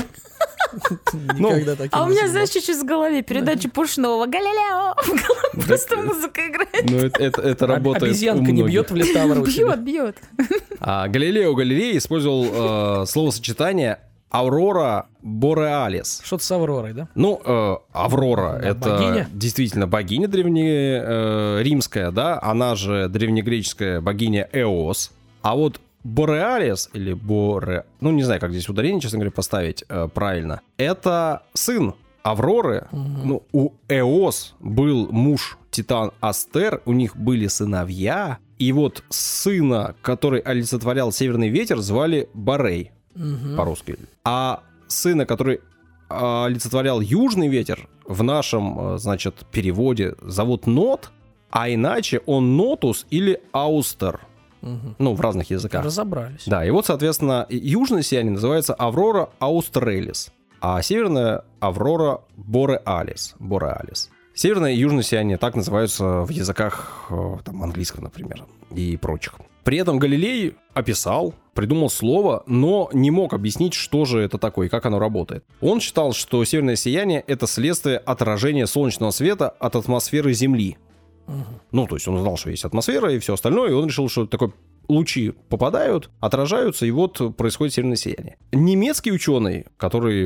А у меня, знаешь, чуть-чуть в голове передача Пушного «Галилео». Просто музыка играет. Ну, это работает у многих. Обезьянка не бьет в литавр у тебя? Бьет, бьет. Галилео Галилей использовал словосочетание «Аурора Бореалис». Что-то с Авророй, да? Ну, э, Аврора — Да, это богиня? действительно богиня древнеримская, да, она же древнегреческая богиня Эос. А вот Бореалис, или Боре... Ну, не знаю, как здесь ударение, честно говоря, поставить э, правильно. Это сын Авроры. Угу. Ну, у Эос был муж Титан Астер, у них были сыновья. И вот сына, который олицетворял северный ветер, звали Борей. Угу. По-русски. А сына, который олицетворял южный ветер, в нашем, значит, переводе зовут Нот, а иначе он Нотус или Аустер. Угу. Ну, в разных языках. Разобрались. Да, и вот, соответственно, южное сияние называется Аврора Аустрелис, а северная Аврора Бореалис. Бореалис. Северное и южное сияние так называются в языках там, английского, например, и прочих. При этом Галилей описал, придумал слово, но не мог объяснить, что же это такое и как оно работает. Он считал, что северное сияние — это следствие отражения солнечного света от атмосферы Земли. Угу. Ну, то есть он знал, что есть атмосфера и все остальное, и он решил, что такое лучи попадают, отражаются, и вот происходит северное сияние. Немецкий ученый, который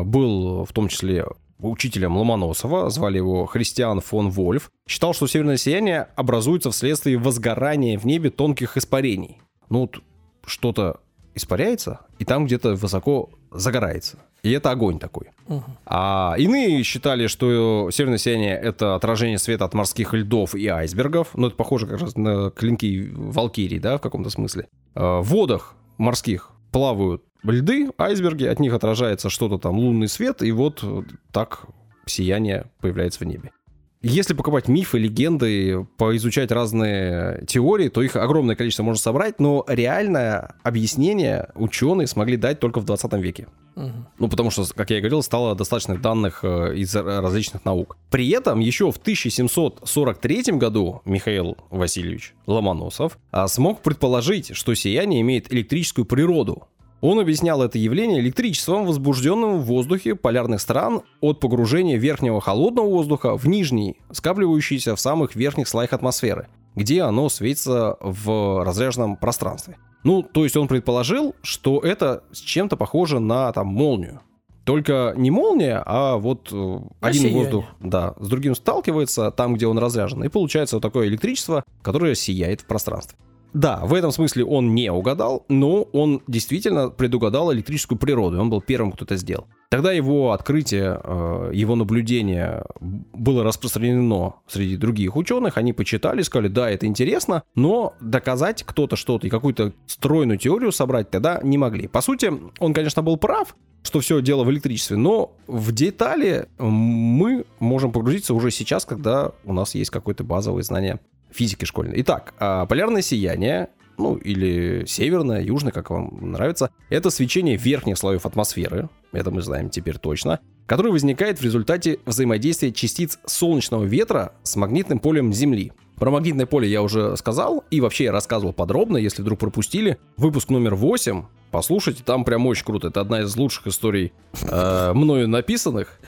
был в том числе учителем Ломоносова, звали его Христиан фон Вольф, считал, что северное сияние образуется вследствие возгорания в небе тонких испарений. Ну, вот что-то испаряется, и там где-то высоко загорается. И это огонь такой. Uh-huh. А иные считали, что северное сияние — это отражение света от морских льдов и айсбергов. Ну, это похоже как раз на клинки Валкирии, да, в каком-то смысле. В водах морских плавают льды, айсберги, от них отражается что-то там, лунный свет, и вот так сияние появляется в небе. Если покупать мифы, легенды, поизучать разные теории, то их огромное количество можно собрать, но реальное объяснение ученые смогли дать только в двадцатом веке. Угу. Ну, потому что, как я и говорил, стало достаточно данных из различных наук. При этом еще в тысяча семьсот сорок третьем году Михаил Васильевич Ломоносов смог предположить, что сияние имеет электрическую природу. Он объяснял это явление электричеством, возбужденным в воздухе полярных стран от погружения верхнего холодного воздуха в нижний, скапливающийся в самых верхних слоях атмосферы, где оно светится в разряженном пространстве. Ну, то есть он предположил, что это с чем-то похоже на там молнию. Только не молния, а вот один сияние. Воздух, да, с другим сталкивается там, где он разряжен, и получается вот такое электричество, которое сияет в пространстве. Да, в этом смысле он не угадал, но он действительно предугадал электрическую природу, и он был первым, кто это сделал. Тогда его открытие, его наблюдение было распространено среди других ученых, они почитали, сказали, да, это интересно, но доказать кто-то что-то и какую-то стройную теорию собрать тогда не могли. По сути, он, конечно, был прав, что все дело в электричестве, но в детали мы можем погрузиться уже сейчас, когда у нас есть какое-то базовое знание физики школьной. Итак, полярное сияние, ну или северное, южное, как вам нравится, это свечение верхних слоев атмосферы, это мы знаем теперь точно, которое возникает в результате взаимодействия частиц солнечного ветра с магнитным полем Земли. Про магнитное поле я уже сказал, и вообще я рассказывал подробно, если вдруг пропустили. Выпуск номер восемь, послушайте, там прям очень круто. Это одна из лучших историй э, мною написанных.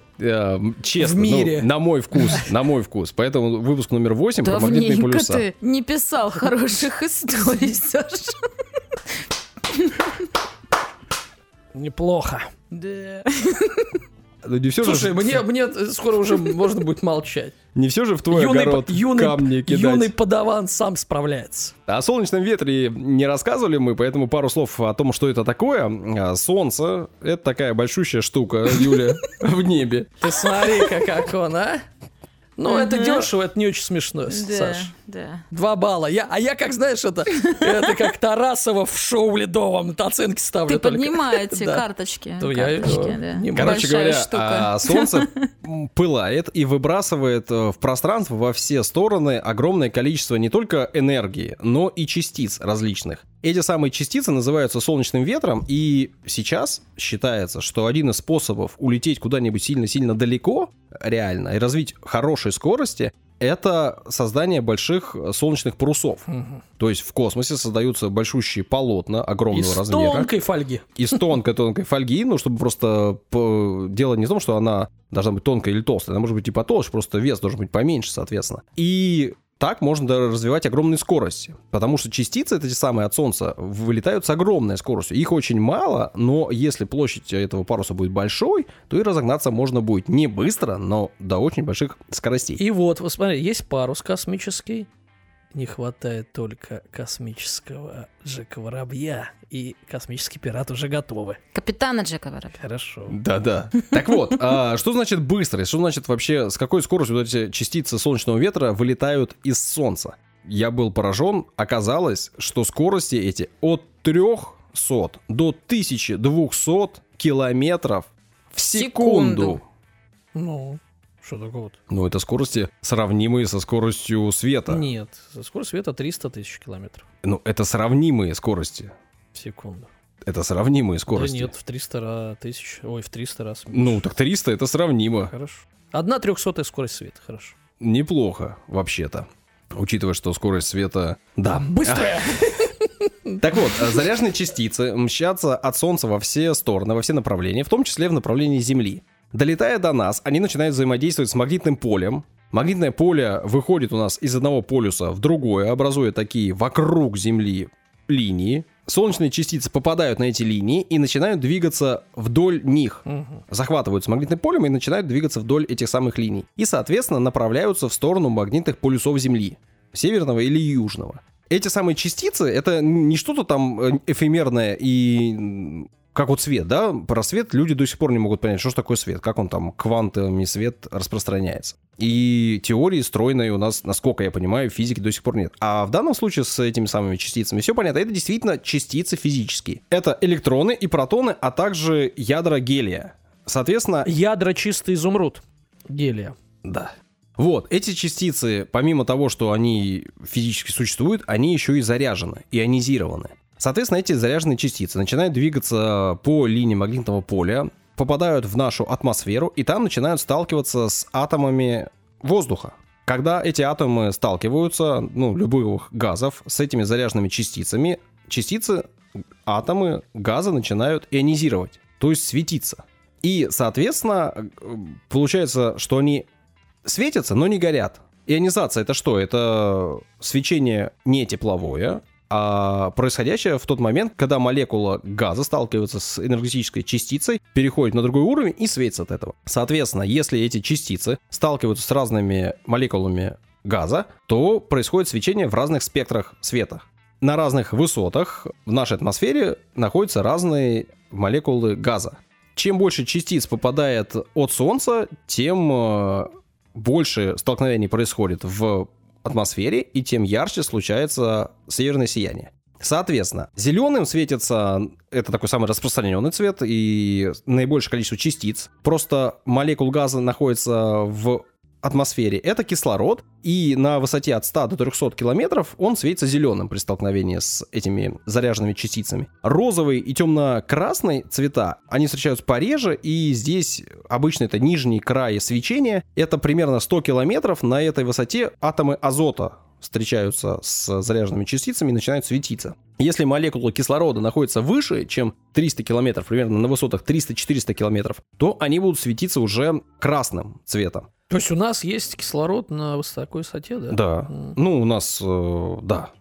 Э, честно, в мире. Ну, на мой вкус, на мой вкус. Поэтому выпуск номер восемь про магнитные полюса. Ты не писал хороших историй, Саша. Неплохо. Да. Ну, не все Слушай, же, мне, мне скоро уже можно будет молчать. не все же в твой Юный, огород юный, камни кидать. юный подаван сам справляется. О солнечном ветре не рассказывали мы, поэтому пару слов о том, что это такое. Солнце — это такая большущая штука, Юля, в небе. Ты смотри-ка, как он, а? Ну, это дешево, это не очень смешно, Да, Саш. да. Два балла. Я, а я, как знаешь, это, это как Тарасова в шоу ледовом. Оценки ставлю Ты только. поднимаете Да. карточки. То я карточки, его да. не- Короче Большая говоря, штука. а, солнце пылает и выбрасывает в пространство во все стороны огромное количество не только энергии, но и частиц различных. Эти самые частицы называются солнечным ветром, и сейчас считается, что один из способов улететь куда-нибудь сильно-сильно далеко, реально, и развить хорошие скорости, это создание больших солнечных парусов. Мгм. То есть в космосе создаются большущие полотна огромного Из размера. тонкой фольги. Из тонкой-тонкой фольги, ну, чтобы просто по- дело не в том, что она должна быть тонкая или толстая, она может быть и потолще, просто вес должен быть поменьше, соответственно. И так можно да, развивать огромные скорости, потому что частицы, эти самые от Солнца, вылетают с огромной скоростью. Их очень мало, но если площадь этого паруса будет большой, то и разогнаться можно будет не быстро, но до очень больших скоростей. И вот, вот смотри, есть парус космический. Не хватает только космического Джека Воробья. И космический пират уже готовы. Капитана Джека Воробья. Хорошо. Да-да. Так вот, а что значит быстро? Что значит вообще, с какой скоростью вот эти частицы солнечного ветра вылетают из Солнца? Я был поражен. Оказалось, что скорости эти от трехсот до тысячи двухсот километров в секунду. Секунду. Ну, что такого-то? Ну, это скорости, сравнимые со скоростью света. Нет, скорость света триста тысяч километров Ну, это сравнимые скорости. в секунду. Это сравнимые скорости. Да нет, в триста тысяч, ой, в триста раз. Ну, так триста это сравнимо. Хорошо. Одна трехсотая скорость света, хорошо. Неплохо, вообще-то. Учитывая, что скорость света... Да. Быстрая! Так вот, заряженные частицы мчатся от Солнца во все стороны, во все направления, в том числе в направлении Земли. Долетая до нас, они начинают взаимодействовать с магнитным полем. Магнитное поле выходит у нас из одного полюса в другое, образуя такие вокруг Земли линии. Солнечные частицы попадают на эти линии и начинают двигаться вдоль них. Мгм. Захватываются магнитным полем и начинают двигаться вдоль этих самых линий. И, соответственно, направляются в сторону магнитных полюсов Земли. Северного или южного. Эти самые частицы, это не что-то там эфемерное и... м, как вот свет, да? Про свет люди до сих пор не могут понять, что же такое свет, как он там квантами свет распространяется. И теории стройной у нас, насколько я понимаю, в физике до сих пор нет. А в данном случае с этими самыми частицами все понятно. Это действительно частицы физические. Это электроны и протоны, а также ядра гелия. Соответственно, Ядра чистый изумруд. Гелия. да. Вот, эти частицы, помимо того, что они физически существуют, они еще и заряжены, ионизированы. Соответственно, эти заряженные частицы начинают двигаться по линии магнитного поля, попадают в нашу атмосферу и там начинают сталкиваться с атомами воздуха. Когда эти атомы сталкиваются, ну, любых газов, с этими заряженными частицами, частицы, атомы газа начинают ионизировать, то есть светиться. И, соответственно, получается, что они светятся, но не горят. Ионизация — это что? Это свечение не тепловое, а происходящее в тот момент, когда молекула газа сталкивается с энергетической частицей, переходит на другой уровень и светится от этого. Соответственно, если эти частицы сталкиваются с разными молекулами газа, то происходит свечение в разных спектрах света. На разных высотах в нашей атмосфере находятся разные молекулы газа. Чем больше частиц попадает от Солнца, тем э, больше столкновений происходит в атмосфере, и тем ярче случается северное сияние. Соответственно, зеленым светится, это такой самый распространенный цвет, и наибольшее количество частиц. Просто молекул газа находится в атмосфере. Это кислород, и на высоте от ста до трехсот километров он светится зеленым при столкновении с этими заряженными частицами. Розовый и темно-красный цвета, они встречаются пореже, и здесь обычно это нижний край свечения. Это примерно сто километров. На этой высоте атомы азота встречаются с заряженными частицами и начинают светиться. Если молекула кислорода находится выше, чем триста километров, примерно на высотах триста-четыреста километров, то они будут светиться уже красным цветом. То есть у нас есть кислород на такой высоте, да? Да. М. Ну, у нас, э, да, да.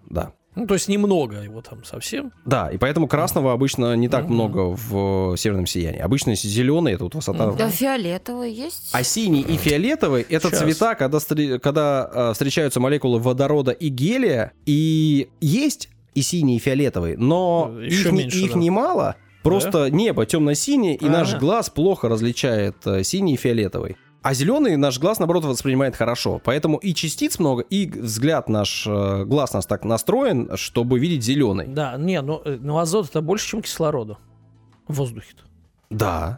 Ну, то есть немного его там совсем. Да, и поэтому красного обычно не так Мгм. много в северном сиянии. Обычно зеленый — это вот высота. Мгм. Да, фиолетовый есть. А синий и фиолетовый — это Щас. цвета, когда, стри- когда э, встречаются молекулы водорода и гелия, и есть и синий, и фиолетовый, но Еще их, не- меньше, их да. немало, просто небо темно-синее, и наш Ага. глаз плохо различает э, синий и фиолетовый. А зеленый наш глаз, наоборот, воспринимает хорошо. Поэтому и частиц много, и взгляд наш, э, глаз нас так настроен, чтобы видеть зеленый. Да, не, ну, э, ну азот это больше, чем кислорода в воздухе-то. Да.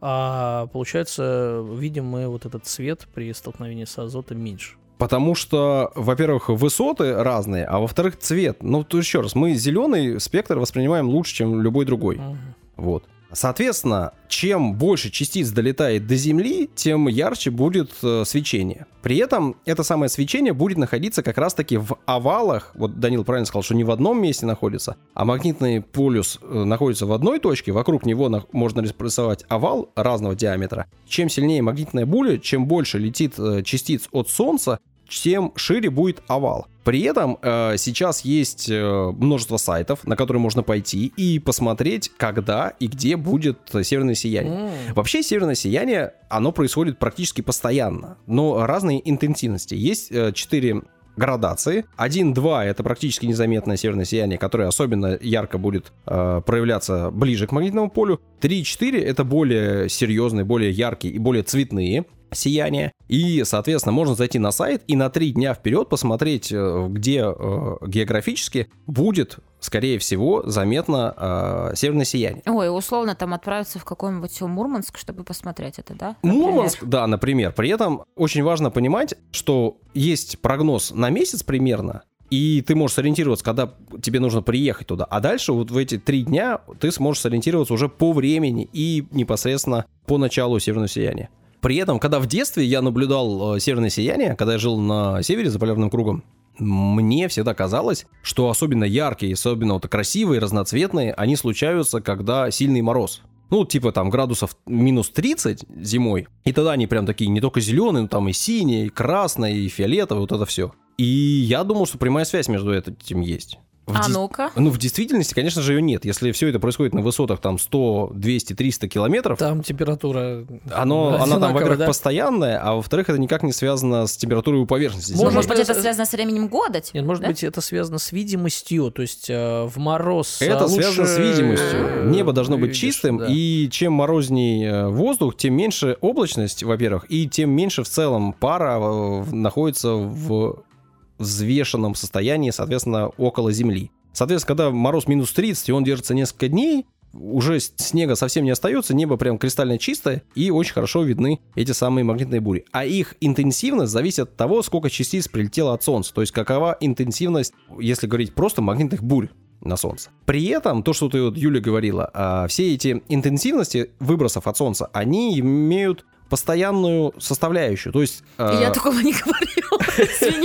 А получается, видим мы вот этот цвет при столкновении с азотом меньше. Потому что, во-первых, высоты разные, а во-вторых, цвет. Ну, то еще раз, мы зеленый спектр воспринимаем лучше, чем любой другой. Мгм. Вот. Соответственно, чем больше частиц долетает до Земли, тем ярче будет э, свечение. При этом это самое свечение будет находиться как раз-таки в овалах. Вот Данил правильно сказал, что не в одном месте находится, а магнитный полюс э, находится в одной точке, вокруг него на- можно рисовать овал разного диаметра. Чем сильнее магнитная буря, чем больше летит э, частиц от Солнца, тем шире будет овал. При этом э, сейчас есть э, множество сайтов, на которые можно пойти и посмотреть, когда и где будет э, северное сияние. М. Вообще северное сияние, оно происходит практически постоянно, но разные интенсивности. Есть э, четыре градации. один-два — это практически незаметное северное сияние, которое особенно ярко будет э, проявляться ближе к магнитному полю. три-четыре — это более серьезные, более яркие и более цветные сияния. И, соответственно, можно зайти на сайт и на три дня вперед посмотреть, э, где э, географически будет, скорее всего, заметно э, северное сияние. Ой, условно там отправиться в какой-нибудь Мурманск, чтобы посмотреть это, да? Например. Мурманск, да, например. При этом очень важно понимать, что есть прогноз на месяц примерно, и ты можешь сориентироваться, когда тебе нужно приехать туда. А дальше вот в эти три дня ты сможешь сориентироваться уже по времени и непосредственно по началу северного сияния. При этом, когда в детстве я наблюдал э, северное сияние, когда я жил на севере за полярным кругом, мне всегда казалось, что особенно яркие, особенно вот красивые, разноцветные, они случаются, когда сильный мороз. Ну, типа там градусов минус тридцать зимой. И тогда они прям такие не только зеленые, но там и синие, и красные, и фиолетовые, вот это все. И я думал, что прямая связь между этим есть. В А дес- ну-ка. Ну, в действительности, конечно же, ее нет. Если все это происходит на высотах там сто, двести, триста километров, Там температура оно, она там, одинаковая, во-первых, да? постоянная, а во-вторых, это никак не связано с температурой у поверхности. Может Может быть, быть, это это- связано с временем года? типа, Нет, может да? быть, это связано с видимостью, то есть э, в мороз Это а, связано лучше, с видимостью. э, Небо должно быть видишь, чистым, да. и чем морозней э, воздух, тем меньше облачность, во-первых, и тем меньше в целом пара э, находится в взвешенном состоянии, соответственно, около Земли. Соответственно, когда мороз минус тридцать, и он держится несколько дней, уже с- снега совсем не остается, небо прям кристально чистое, и очень хорошо видны эти самые магнитные бури. А их интенсивность зависит от того, сколько частиц прилетело от Солнца. То есть какова интенсивность, если говорить просто, магнитных бурь на Солнце. При этом, то, что ты, вот, Юля, говорила, а, все эти интенсивности выбросов от Солнца, они имеют постоянную составляющую. То есть, а, Я такого не говорила. Извини.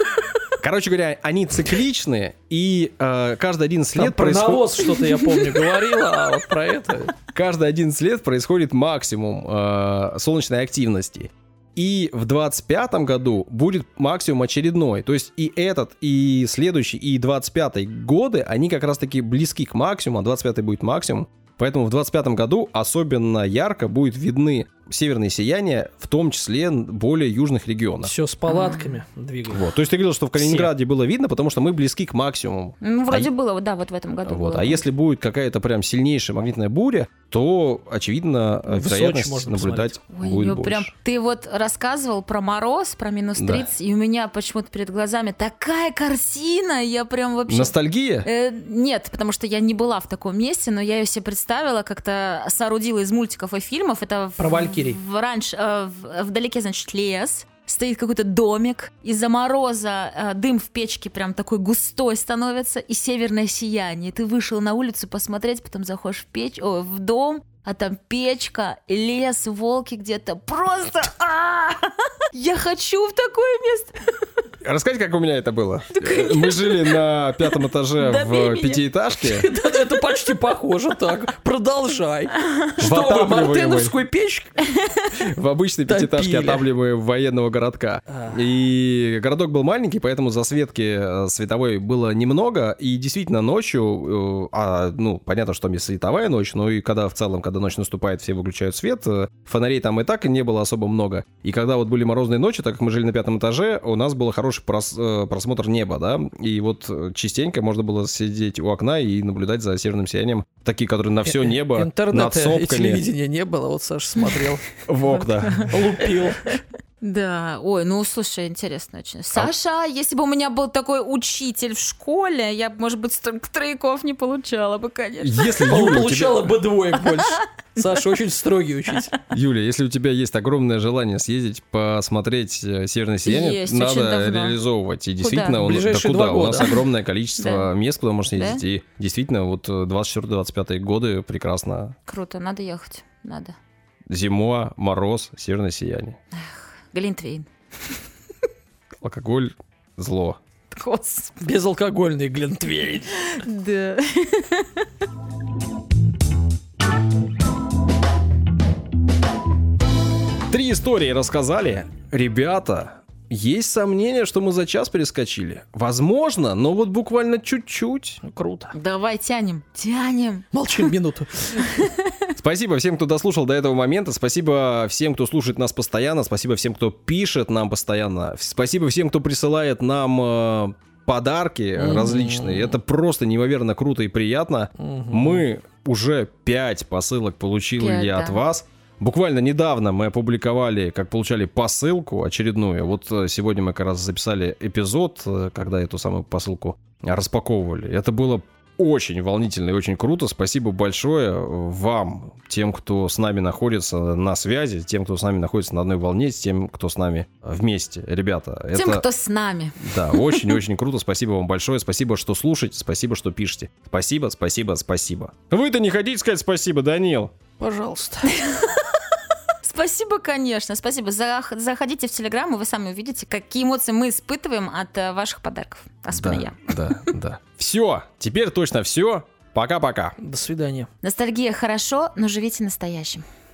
короче говоря, они цикличные, и а, каждый один Там след про происходит... навоз что-то, я помню, говорила, а вот про это... Каждый одиннадцать лет происходит максимум э, солнечной активности. И в двадцать пятом году будет максимум очередной. То есть и этот, и следующий, и двадцать пятый годы, они как раз-таки близки к максимуму, а двадцать пятый будет максимум. Поэтому в двадцать пятом году особенно ярко будет видны северные сияния, в том числе более южных регионах. Все с палатками двигают. Вот. То есть ты говорил, что в Калининграде было видно, потому что мы близки к максимуму. Ну, вроде А- было, да, вот в этом году Вот. было. А если будет какая-то прям сильнейшая магнитная буря, то, очевидно, В Сочи вероятность можно наблюдать Ой, будет ну больше. прям ты вот рассказывал про мороз, про минус Да. тридцать, и у меня почему-то перед глазами такая картина, я прям вообще... Ностальгия? Э, нет, потому что я не была в таком месте, но я ее себе представила, как-то соорудила из мультиков и фильмов. Это Про в, валькирий. В, раньше, э, в- вдалеке, значит, лес. Стоит какой-то домик, из-за мороза э, дым в печке прям такой густой становится, и северное сияние. Ты вышел на улицу посмотреть, потом заходишь в печь, о, в дом, а там печка, лес, волки где-то. Просто... а! Я хочу в такое место. Рассказать, как у меня это было? Мы жили на пятом этаже Добей в меня. пятиэтажке. Это почти похоже так. Продолжай. В Что вы, отапливаемой- мартеновскую печь? В обычной пятиэтажке, Топили. отапливаемой военного городка. А. И городок был маленький, поэтому засветки э, световой было немного. И действительно ночью, э, а, ну, понятно, что там есть световая ночь, но и когда в целом, когда ночь наступает, все выключают свет, э, фонарей там и так не было особо много. И когда вот были морозные ночи, так как мы жили на пятом этаже, у нас был хороший прос- э, просмотр неба, да, и вот э, частенько можно было сидеть у окна и наблюдать за северным сиянием. Такие, которые на все небо, над Интернета и сопками, телевидения не было, вот Саша смотрел, в окна. лупил. Да, ой, ну слушай, интересно очень. Саша, если бы у меня был такой учитель в школе, я бы, может быть, столько трояков не получала бы, конечно. Если, Он Юля, у тебя- получала бы двоек больше. Саша очень строгий учитель. Юля, если у тебя есть огромное желание съездить, посмотреть э, «Северное сияние», Есть, очень надо давно. реализовывать. И действительно, В он, да ближайшие куда? два У нас года. огромное количество Да. мест, куда можно съездить. Да? И действительно, вот э, двадцать четвёртый двадцать пятый годы прекрасно. Круто, надо ехать, надо. Зима, мороз, «Северное сияние». Глинтвейн. Алкоголь — зло. Господи. Безалкогольный глинтвейн. Да. Три истории рассказали. Ребята, есть сомнения, что мы за час перескочили? Возможно, но вот буквально чуть-чуть. Ну, круто. Давай тянем, тянем. Молчим минуту. Спасибо всем, кто дослушал до этого момента. Спасибо всем, кто слушает нас постоянно. Спасибо всем, кто пишет нам постоянно. Спасибо всем, кто присылает нам э, подарки Мгм. различные. Это просто неимоверно круто и приятно. Мгм. Мы уже пять посылок получили Пять, от да. вас. Буквально недавно мы опубликовали, как получали посылку очередную. Вот э, сегодня мы как раз записали эпизод, э, когда эту самую посылку распаковывали. Это было очень волнительно и очень круто. Спасибо большое вам, тем, кто с нами находится на связи, тем, кто с нами находится на одной волне, с тем, кто с нами вместе. Ребята, Тем, это... кто с нами. Да, очень-очень круто. Спасибо вам большое. Спасибо, что слушаете. Спасибо, что пишете. Спасибо, спасибо, спасибо. Вы-то не хотите сказать спасибо, Данил? Пожалуйста. Спасибо, конечно, спасибо. Зах- Заходите в Телеграм, и вы сами увидите, какие эмоции мы испытываем от э, ваших подарков. Особенно я. Да, да. Все, теперь точно все. Пока-пока. До свидания. Ностальгия хорошо, но живите настоящим.